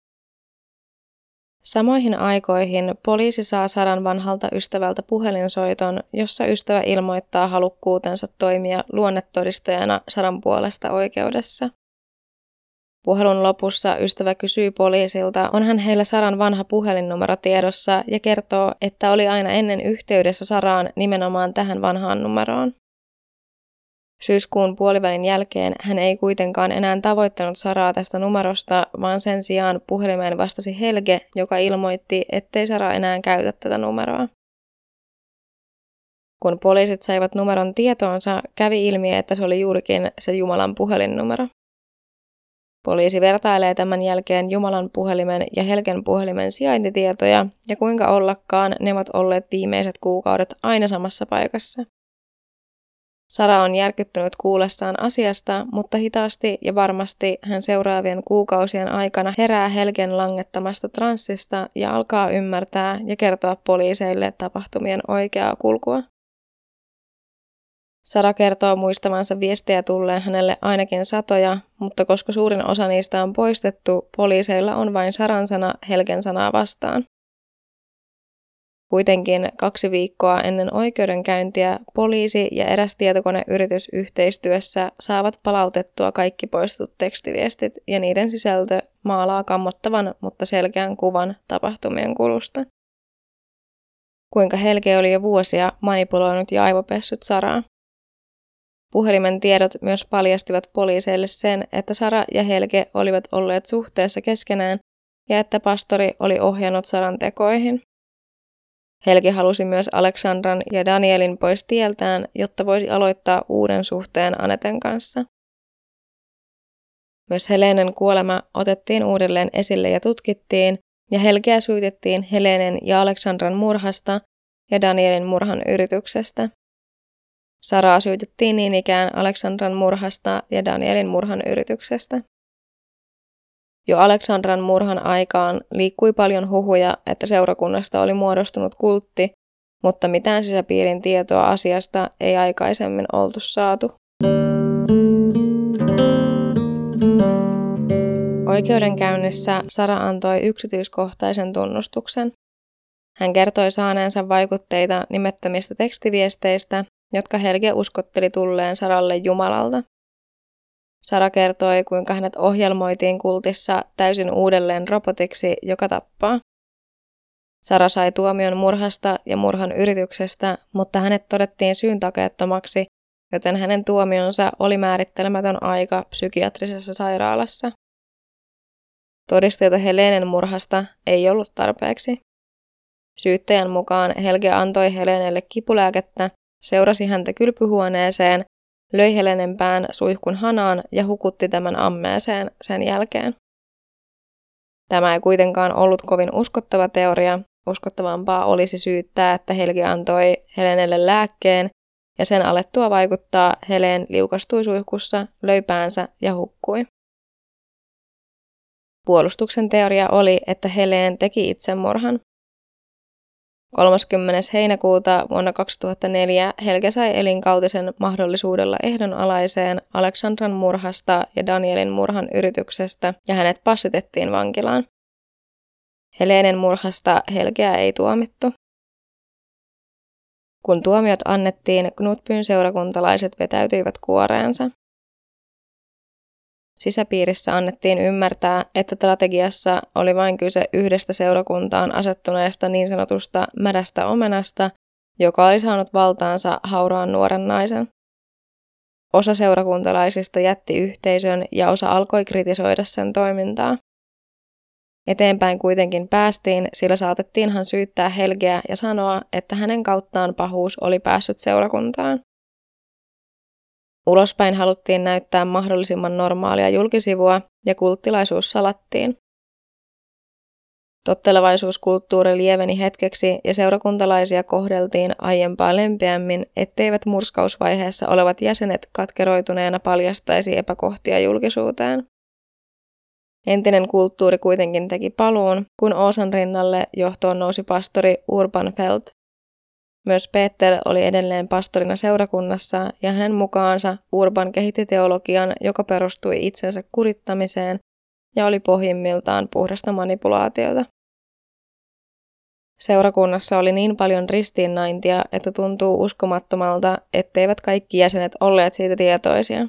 [SPEAKER 1] Samoihin aikoihin poliisi saa Saran vanhalta ystävältä puhelinsoiton, jossa ystävä ilmoittaa halukkuutensa toimia luonnetodistajana Saran puolesta oikeudessa. Puhelun lopussa ystävä kysyy poliisilta, onhan heillä Saran vanha puhelinnumero tiedossa ja kertoo, että oli aina ennen yhteydessä Saraan nimenomaan tähän vanhaan numeroon. Syyskuun puolivälin jälkeen hän ei kuitenkaan enää tavoittanut Saraa tästä numerosta, vaan sen sijaan puhelimeen vastasi Helge, joka ilmoitti, ettei Sara enää käytä tätä numeroa. Kun poliisit saivat numeron tietoonsa, kävi ilmi, että se oli juurikin se Jumalan puhelinnumero. Poliisi vertailee tämän jälkeen Jumalan puhelimen ja Helgen puhelimen sijaintitietoja ja kuinka ollakaan ne ovat olleet viimeiset kuukaudet aina samassa paikassa. Sara on järkyttynyt kuullessaan asiasta, mutta hitaasti ja varmasti hän seuraavien kuukausien aikana herää Helgen langettamasta transsista ja alkaa ymmärtää ja kertoa poliiseille tapahtumien oikeaa kulkua. Sara kertoo muistavansa viestejä tulleen hänelle ainakin satoja, mutta koska suurin osa niistä on poistettu, poliiseilla on vain Saran sana Helgen sanaa vastaan. Kuitenkin kaksi viikkoa ennen oikeudenkäyntiä poliisi ja eräs tietokoneyritys yhteistyössä saavat palautettua kaikki poistetut tekstiviestit ja niiden sisältö maalaa kammottavan, mutta selkeän kuvan tapahtumien kulusta. Kuinka Helge oli jo vuosia manipuloinut ja aivopessyt Saraa. Puhelimen tiedot myös paljastivat poliiseille sen, että Sara ja Helge olivat olleet suhteessa keskenään ja että pastori oli ohjannut Saran tekoihin. Helge halusi myös Aleksandran ja Danielin pois tieltään, jotta voisi aloittaa uuden suhteen Aneten kanssa. Myös Helenen kuolema otettiin uudelleen esille ja tutkittiin, ja Helgeä syytettiin Helenen ja Aleksandran murhasta ja Danielin murhan yrityksestä. Saraa syytettiin niin ikään Aleksandran murhasta ja Danielin murhan yrityksestä. Jo Aleksandran murhan aikaan liikkui paljon huhuja, että seurakunnasta oli muodostunut kultti, mutta mitään sisäpiirin tietoa asiasta ei aikaisemmin oltu saatu. Oikeudenkäynnissä Sara antoi yksityiskohtaisen tunnustuksen. Hän kertoi saaneensa vaikutteita nimettömistä tekstiviesteistä, jotka Helge uskotteli tulleen Saralle Jumalalta. Sara kertoi, kuinka hänet ohjelmoitiin kultissa täysin uudelleen robotiksi, joka tappaa. Sara sai tuomion murhasta ja murhan yrityksestä, mutta hänet todettiin syyntakeettomaksi, joten hänen tuomionsa oli määrittelemätön aika psykiatrisessa sairaalassa. Todisteita Helenen murhasta ei ollut tarpeeksi. Syyttäjän mukaan Helge antoi Helenelle kipulääkettä, seurasi häntä kylpyhuoneeseen, löi Helenen pään suihkun hanaan ja hukutti tämän ammeeseen sen jälkeen. Tämä ei kuitenkaan ollut kovin uskottava teoria. Uskottavampaa olisi syyttää, että Helge antoi Helenelle lääkkeen ja sen alettua vaikuttaa Helen liukastui suihkussa, löi päänsä ja hukkui. Puolustuksen teoria oli, että Helen teki itsemurhan. kolmaskymmenes heinäkuuta vuonna kaksituhattaneljä Helge sai elinkautisen mahdollisuudella ehdonalaiseen Aleksandran murhasta ja Danielin murhan yrityksestä ja hänet passitettiin vankilaan. Helenen murhasta Helgeä ei tuomittu. Kun tuomiot annettiin, Knutbyn seurakuntalaiset vetäytyivät kuoreensa. Sisäpiirissä annettiin ymmärtää, että strategiassa oli vain kyse yhdestä seurakuntaan asettuneesta niin sanotusta mädästä omenasta, joka oli saanut valtaansa hauraan nuoren naisen. Osa seurakuntalaisista jätti yhteisön ja osa alkoi kritisoida sen toimintaa. Eteenpäin kuitenkin päästiin, sillä saatettiinhan syyttää Helgeä ja sanoa, että hänen kauttaan pahuus oli päässyt seurakuntaan. Ulospäin haluttiin näyttää mahdollisimman normaalia julkisivua ja kulttilaisuus salattiin. Tottelevaisuuskulttuuri lieveni hetkeksi ja seurakuntalaisia kohdeltiin aiempaa lempeämmin, etteivät murskausvaiheessa olevat jäsenet katkeroituneena paljastaisi epäkohtia julkisuuteen. Entinen kulttuuri kuitenkin teki paluun, kun Oosan rinnalle johtoon nousi pastori Urban Felt. Myös Peter oli edelleen pastorina seurakunnassa ja hänen mukaansa Urban kehitti teologian, joka perustui itsensä kurittamiseen ja oli pohjimmiltaan puhdasta manipulaatiota. Seurakunnassa oli niin paljon ristiinnaintia, että tuntuu uskomattomalta, etteivät kaikki jäsenet olleet siitä tietoisia.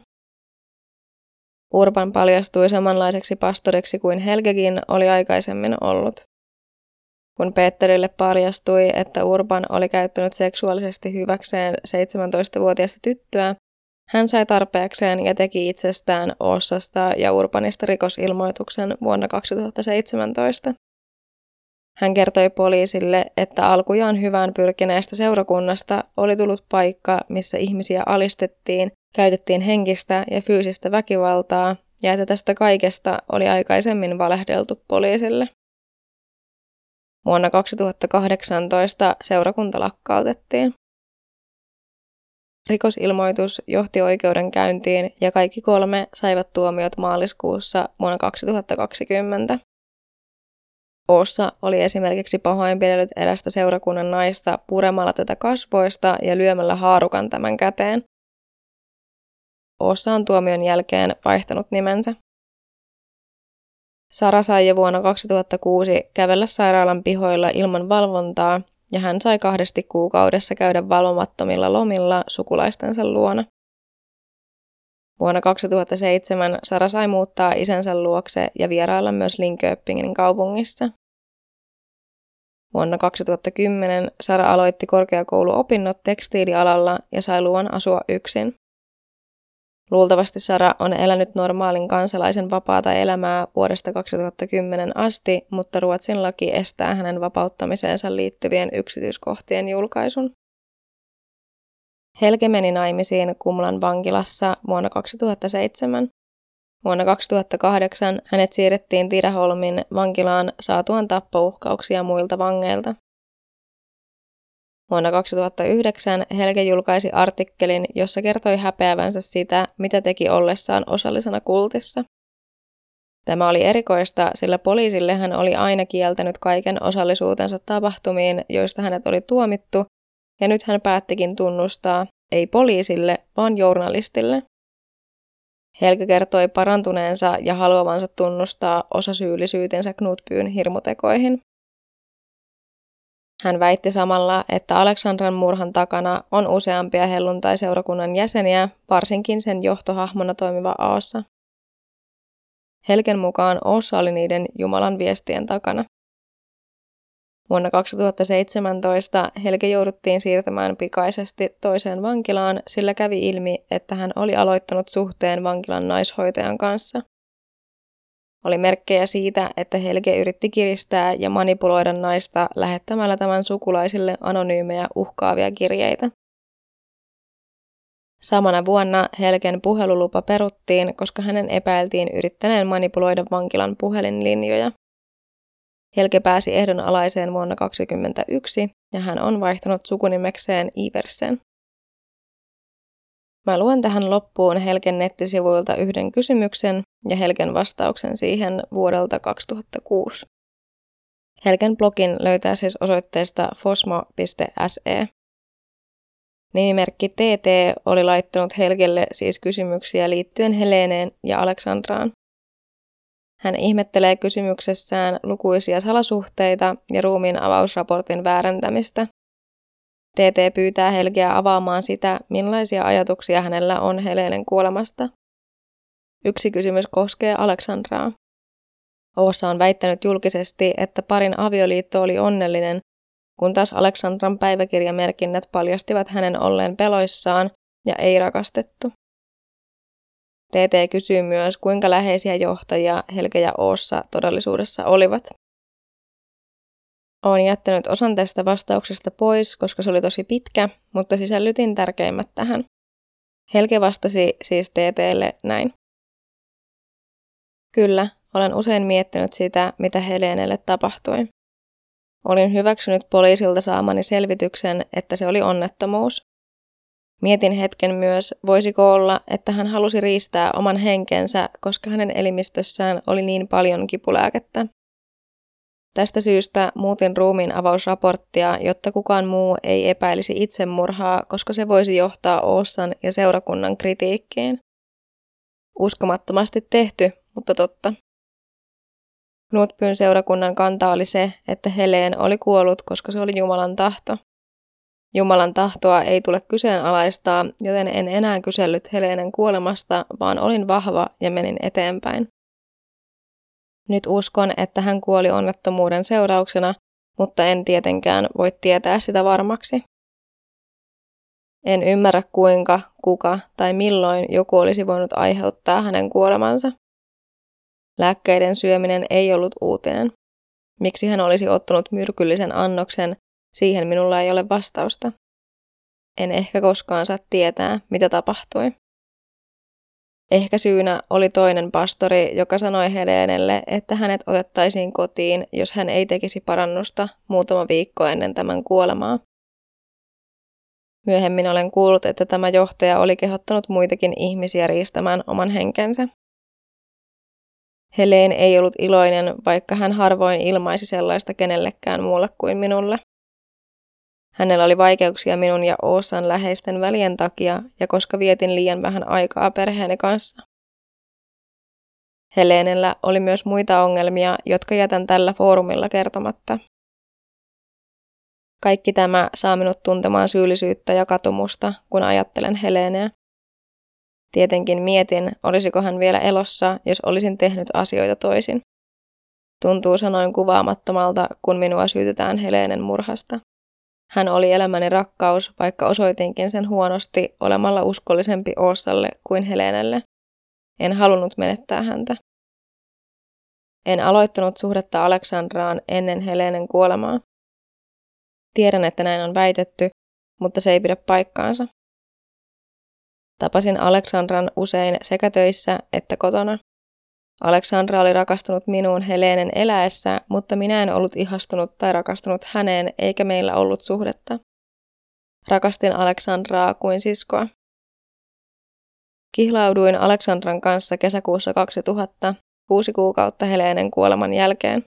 [SPEAKER 1] Urban paljastui samanlaiseksi pastoriksi kuin Helgekin oli aikaisemmin ollut. Kun Peterille paljastui, että Urban oli käyttänyt seksuaalisesti hyväkseen seitsemäntoistavuotiaista tyttöä, hän sai tarpeekseen ja teki itsestään Oosasta ja Urbanista rikosilmoituksen vuonna kaksituhattaseitsemäntoista. Hän kertoi poliisille, että alkujaan hyvään pyrkineestä seurakunnasta oli tullut paikka, missä ihmisiä alistettiin, käytettiin henkistä ja fyysistä väkivaltaa ja että tästä kaikesta oli aikaisemmin valehdeltu poliisille. Vuonna kaksituhattakahdeksantoista seurakunta lakkautettiin. Rikosilmoitus johti oikeudenkäyntiin ja kaikki kolme saivat tuomiot maaliskuussa vuonna kaksituhattakaksikymmentä. Oossa oli esimerkiksi pahoinpidellyt erästä seurakunnan naista puremalla tätä kasvoista ja lyömällä haarukan tämän käteen. Oossa on tuomion jälkeen vaihtanut nimensä. Sara sai jo vuonna kaksituhattakuusi kävellä sairaalan pihoilla ilman valvontaa ja hän sai kahdesti kuukaudessa käydä valvomattomilla lomilla sukulaistensa luona. Vuonna kaksituhattaseitsemän Sara sai muuttaa isänsä luokse ja vierailla myös Linköpingin kaupungissa. Vuonna kaksituhattakymmenen Sara aloitti korkeakouluopinnot tekstiilialalla ja sai luvan asua yksin. Luultavasti Sara on elänyt normaalin kansalaisen vapaata elämää vuodesta kaksituhattakymmenen asti, mutta Ruotsin laki estää hänen vapauttamiseensa liittyvien yksityiskohtien julkaisun. Helge meni naimisiin Kumlan vankilassa vuonna kaksituhattaseitsemän. Vuonna kaksituhattakahdeksan hänet siirrettiin Tidaholmin vankilaan saatuaan tappouhkauksia muilta vangeilta. Vuonna kaksituhattayhdeksän Helge julkaisi artikkelin, jossa kertoi häpeävänsä sitä, mitä teki ollessaan osallisena kultissa. Tämä oli erikoista, sillä poliisille hän oli aina kieltänyt kaiken osallisuutensa tapahtumiin, joista hänet oli tuomittu, ja nyt hän päättikin tunnustaa, ei poliisille, vaan journalistille. Helge kertoi parantuneensa ja haluavansa tunnustaa osasyyllisyytensä Knutbyn hirmutekoihin. Hän väitti samalla, että Aleksandran murhan takana on useampia helluntaiseurakunnan jäseniä, varsinkin sen johtohahmona toimiva Aassa. Helgen mukaan Oossa oli niiden Jumalan viestien takana. Vuonna kaksituhattaseitsemäntoista Helge jouduttiin siirtämään pikaisesti toiseen vankilaan, sillä kävi ilmi, että hän oli aloittanut suhteen vankilan naishoitajan kanssa. Oli merkkejä siitä, että Helge yritti kiristää ja manipuloida naista lähettämällä tämän sukulaisille anonyymejä uhkaavia kirjeitä. Samana vuonna Helgen puhelulupa peruttiin, koska hänen epäiltiin yrittäneen manipuloida vankilan puhelinlinjoja. Helge pääsi ehdonalaiseen vuonna kaksituhattakaksikymmentäyksi ja hän on vaihtanut sukunimekseen Iversen. Mä luen tähän loppuun Helgen nettisivuilta yhden kysymyksen ja Helgen vastauksen siihen vuodelta kaksituhattakuusi. Helgen blogin löytää siis osoitteesta fosmo piste se. Nimimerkki T T oli laittanut Helgelle siis kysymyksiä liittyen Heleneen ja Aleksandraan. Hän ihmettelee kysymyksessään lukuisia salasuhteita ja ruumiin avausraportin väärentämistä. T T pyytää Helgeä avaamaan sitä, millaisia ajatuksia hänellä on Helenen kuolemasta. Yksi kysymys koskee Aleksandraa. Oossa on väittänyt julkisesti, että parin avioliitto oli onnellinen, kun taas Aleksandran päiväkirjamerkinnät paljastivat hänen olleen peloissaan ja ei rakastettu. T T kysyy myös, kuinka läheisiä johtajia Helge ja Oossa todellisuudessa olivat. Olen jättänyt osan tästä vastauksesta pois, koska se oli tosi pitkä, mutta sisällytin tärkeimmät tähän. Helge vastasi siis T T:lle näin. Kyllä, olen usein miettinyt sitä, mitä Helenelle tapahtui. Olin hyväksynyt poliisilta saamani selvityksen, että se oli onnettomuus. Mietin hetken myös, voisiko olla, että hän halusi riistää oman henkensä, koska hänen elimistössään oli niin paljon kipulääkettä. Tästä syystä muutin ruumiin avausraporttia, jotta kukaan muu ei epäilisi itsemurhaa, koska se voisi johtaa Oossan ja seurakunnan kritiikkiin. Uskomattomasti tehty, mutta totta. Knutbyn seurakunnan kanta oli se, että Helen oli kuollut, koska se oli Jumalan tahto. Jumalan tahtoa ei tule kyseenalaistaa, joten en enää kysellyt Helenen kuolemasta, vaan olin vahva ja menin eteenpäin. Nyt uskon, että hän kuoli onnettomuuden seurauksena, mutta en tietenkään voi tietää sitä varmaksi. En ymmärrä kuinka, kuka tai milloin joku olisi voinut aiheuttaa hänen kuolemansa. Lääkkeiden syöminen ei ollut uutinen. Miksi hän olisi ottanut myrkyllisen annoksen, siihen minulla ei ole vastausta. En ehkä koskaan saa tietää, mitä tapahtui. Ehkä syynä oli toinen pastori, joka sanoi Helenelle, että hänet otettaisiin kotiin, jos hän ei tekisi parannusta muutama viikko ennen tämän kuolemaa. Myöhemmin olen kuullut, että tämä johtaja oli kehottanut muitakin ihmisiä riistämään oman henkensä. Helen ei ollut iloinen, vaikka hän harvoin ilmaisi sellaista kenellekään muulle kuin minulle. Hänellä oli vaikeuksia minun ja Oosan läheisten välien takia ja koska vietin liian vähän aikaa perheeni kanssa. Helenellä oli myös muita ongelmia, jotka jätän tällä foorumilla kertomatta. Kaikki tämä saa minut tuntemaan syyllisyyttä ja katumusta, kun ajattelen Heleneä. Tietenkin mietin, olisiko hän vielä elossa, jos olisin tehnyt asioita toisin. Tuntuu sanoin kuvaamattomalta, kun minua syytetään Helenen murhasta. Hän oli elämäni rakkaus, vaikka osoitinkin sen huonosti olemalla uskollisempi Oosalle kuin Helenelle. En halunnut menettää häntä. En aloittanut suhdetta Aleksandraan ennen Helenen kuolemaa. Tiedän, että näin on väitetty, mutta se ei pidä paikkaansa. Tapasin Aleksandran usein sekä töissä että kotona. Aleksandra oli rakastunut minuun Helenen eläessä, mutta minä en ollut ihastunut tai rakastunut häneen, eikä meillä ollut suhdetta. Rakastin Aleksandraa kuin siskoa. Kihlauduin Aleksandran kanssa kesäkuussa kaksituhatta, kuusi kuukautta Helenen kuoleman jälkeen.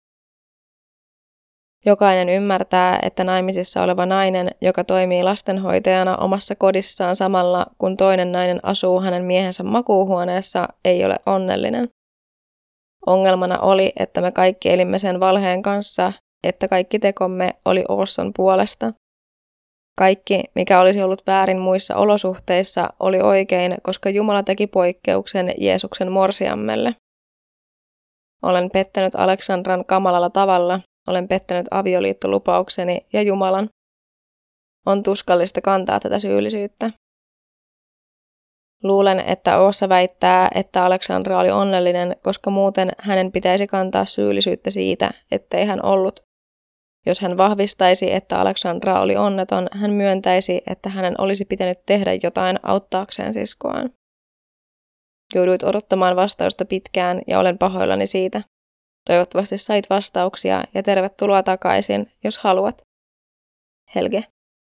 [SPEAKER 1] Jokainen ymmärtää, että naimisissa oleva nainen, joka toimii lastenhoitajana omassa kodissaan samalla, kun toinen nainen asuu hänen miehensä makuuhuoneessa, ei ole onnellinen. Ongelmana oli, että me kaikki elimme sen valheen kanssa, että kaikki tekomme oli Oosan puolesta. Kaikki, mikä olisi ollut väärin muissa olosuhteissa, oli oikein, koska Jumala teki poikkeuksen Jeesuksen morsiammelle. Olen pettänyt Aleksandran kamalalla tavalla, olen pettänyt avioliittolupaukseni ja Jumalan. On tuskallista kantaa tätä syyllisyyttä. Luulen, että Oossa väittää, että Aleksandra oli onnellinen, koska muuten hänen pitäisi kantaa syyllisyyttä siitä, ettei hän ollut. Jos hän vahvistaisi, että Aleksandra oli onneton, hän myöntäisi, että hänen olisi pitänyt tehdä jotain auttaakseen siskoaan. Jouduit odottamaan vastausta pitkään ja olen pahoillani siitä. Toivottavasti sait vastauksia ja tervetuloa takaisin, jos haluat. Helge.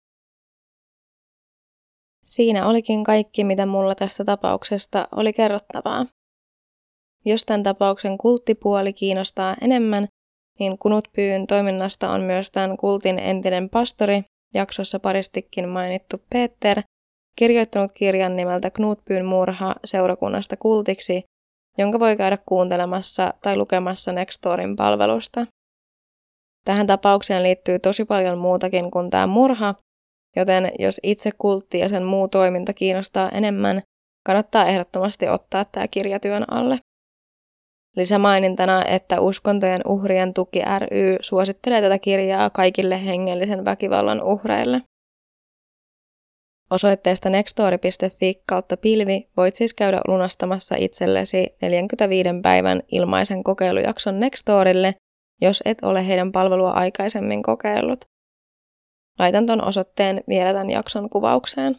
[SPEAKER 1] Siinä olikin kaikki, mitä mulla tästä tapauksesta oli kerrottavaa. Jos tämän tapauksen kulttipuoli kiinnostaa enemmän, niin Knutbyn toiminnasta on myös tämän kultin entinen pastori, jaksossa paristikin mainittu Peter, kirjoittanut kirjan nimeltä Knutbyn murha seurakunnasta kultiksi, jonka voi käydä kuuntelemassa tai lukemassa Nextorin palvelusta. Tähän tapaukseen liittyy tosi paljon muutakin kuin tämä murha, joten jos itse kultti ja sen muu toiminta kiinnostaa enemmän, kannattaa ehdottomasti ottaa tämä kirja työn alle. Lisämainintana, että Uskontojen uhrien tuki ry suosittelee tätä kirjaa kaikille hengellisen väkivallan uhreille. Osoitteesta nextory piste fi kautta pilvi voit siis käydä lunastamassa itsellesi neljänkymmenenviiden päivän ilmaisen kokeilujakson Nextorille, jos et ole heidän palvelua aikaisemmin kokeillut. Laitan ton osoitteen vielä tämän jakson kuvaukseen.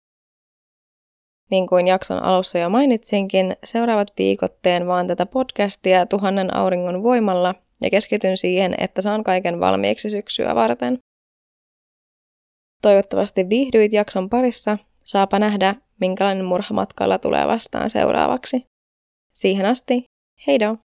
[SPEAKER 1] Niin kuin jakson alussa jo mainitsinkin, seuraavat viikot teen vaan tätä podcastia tuhannen auringon voimalla ja keskityn siihen, että saan kaiken valmiiksi syksyä varten. Toivottavasti viihdyit jakson parissa. Saapa nähdä, minkälainen murhamatkalla tulee vastaan seuraavaksi. Siihen asti, heidoo!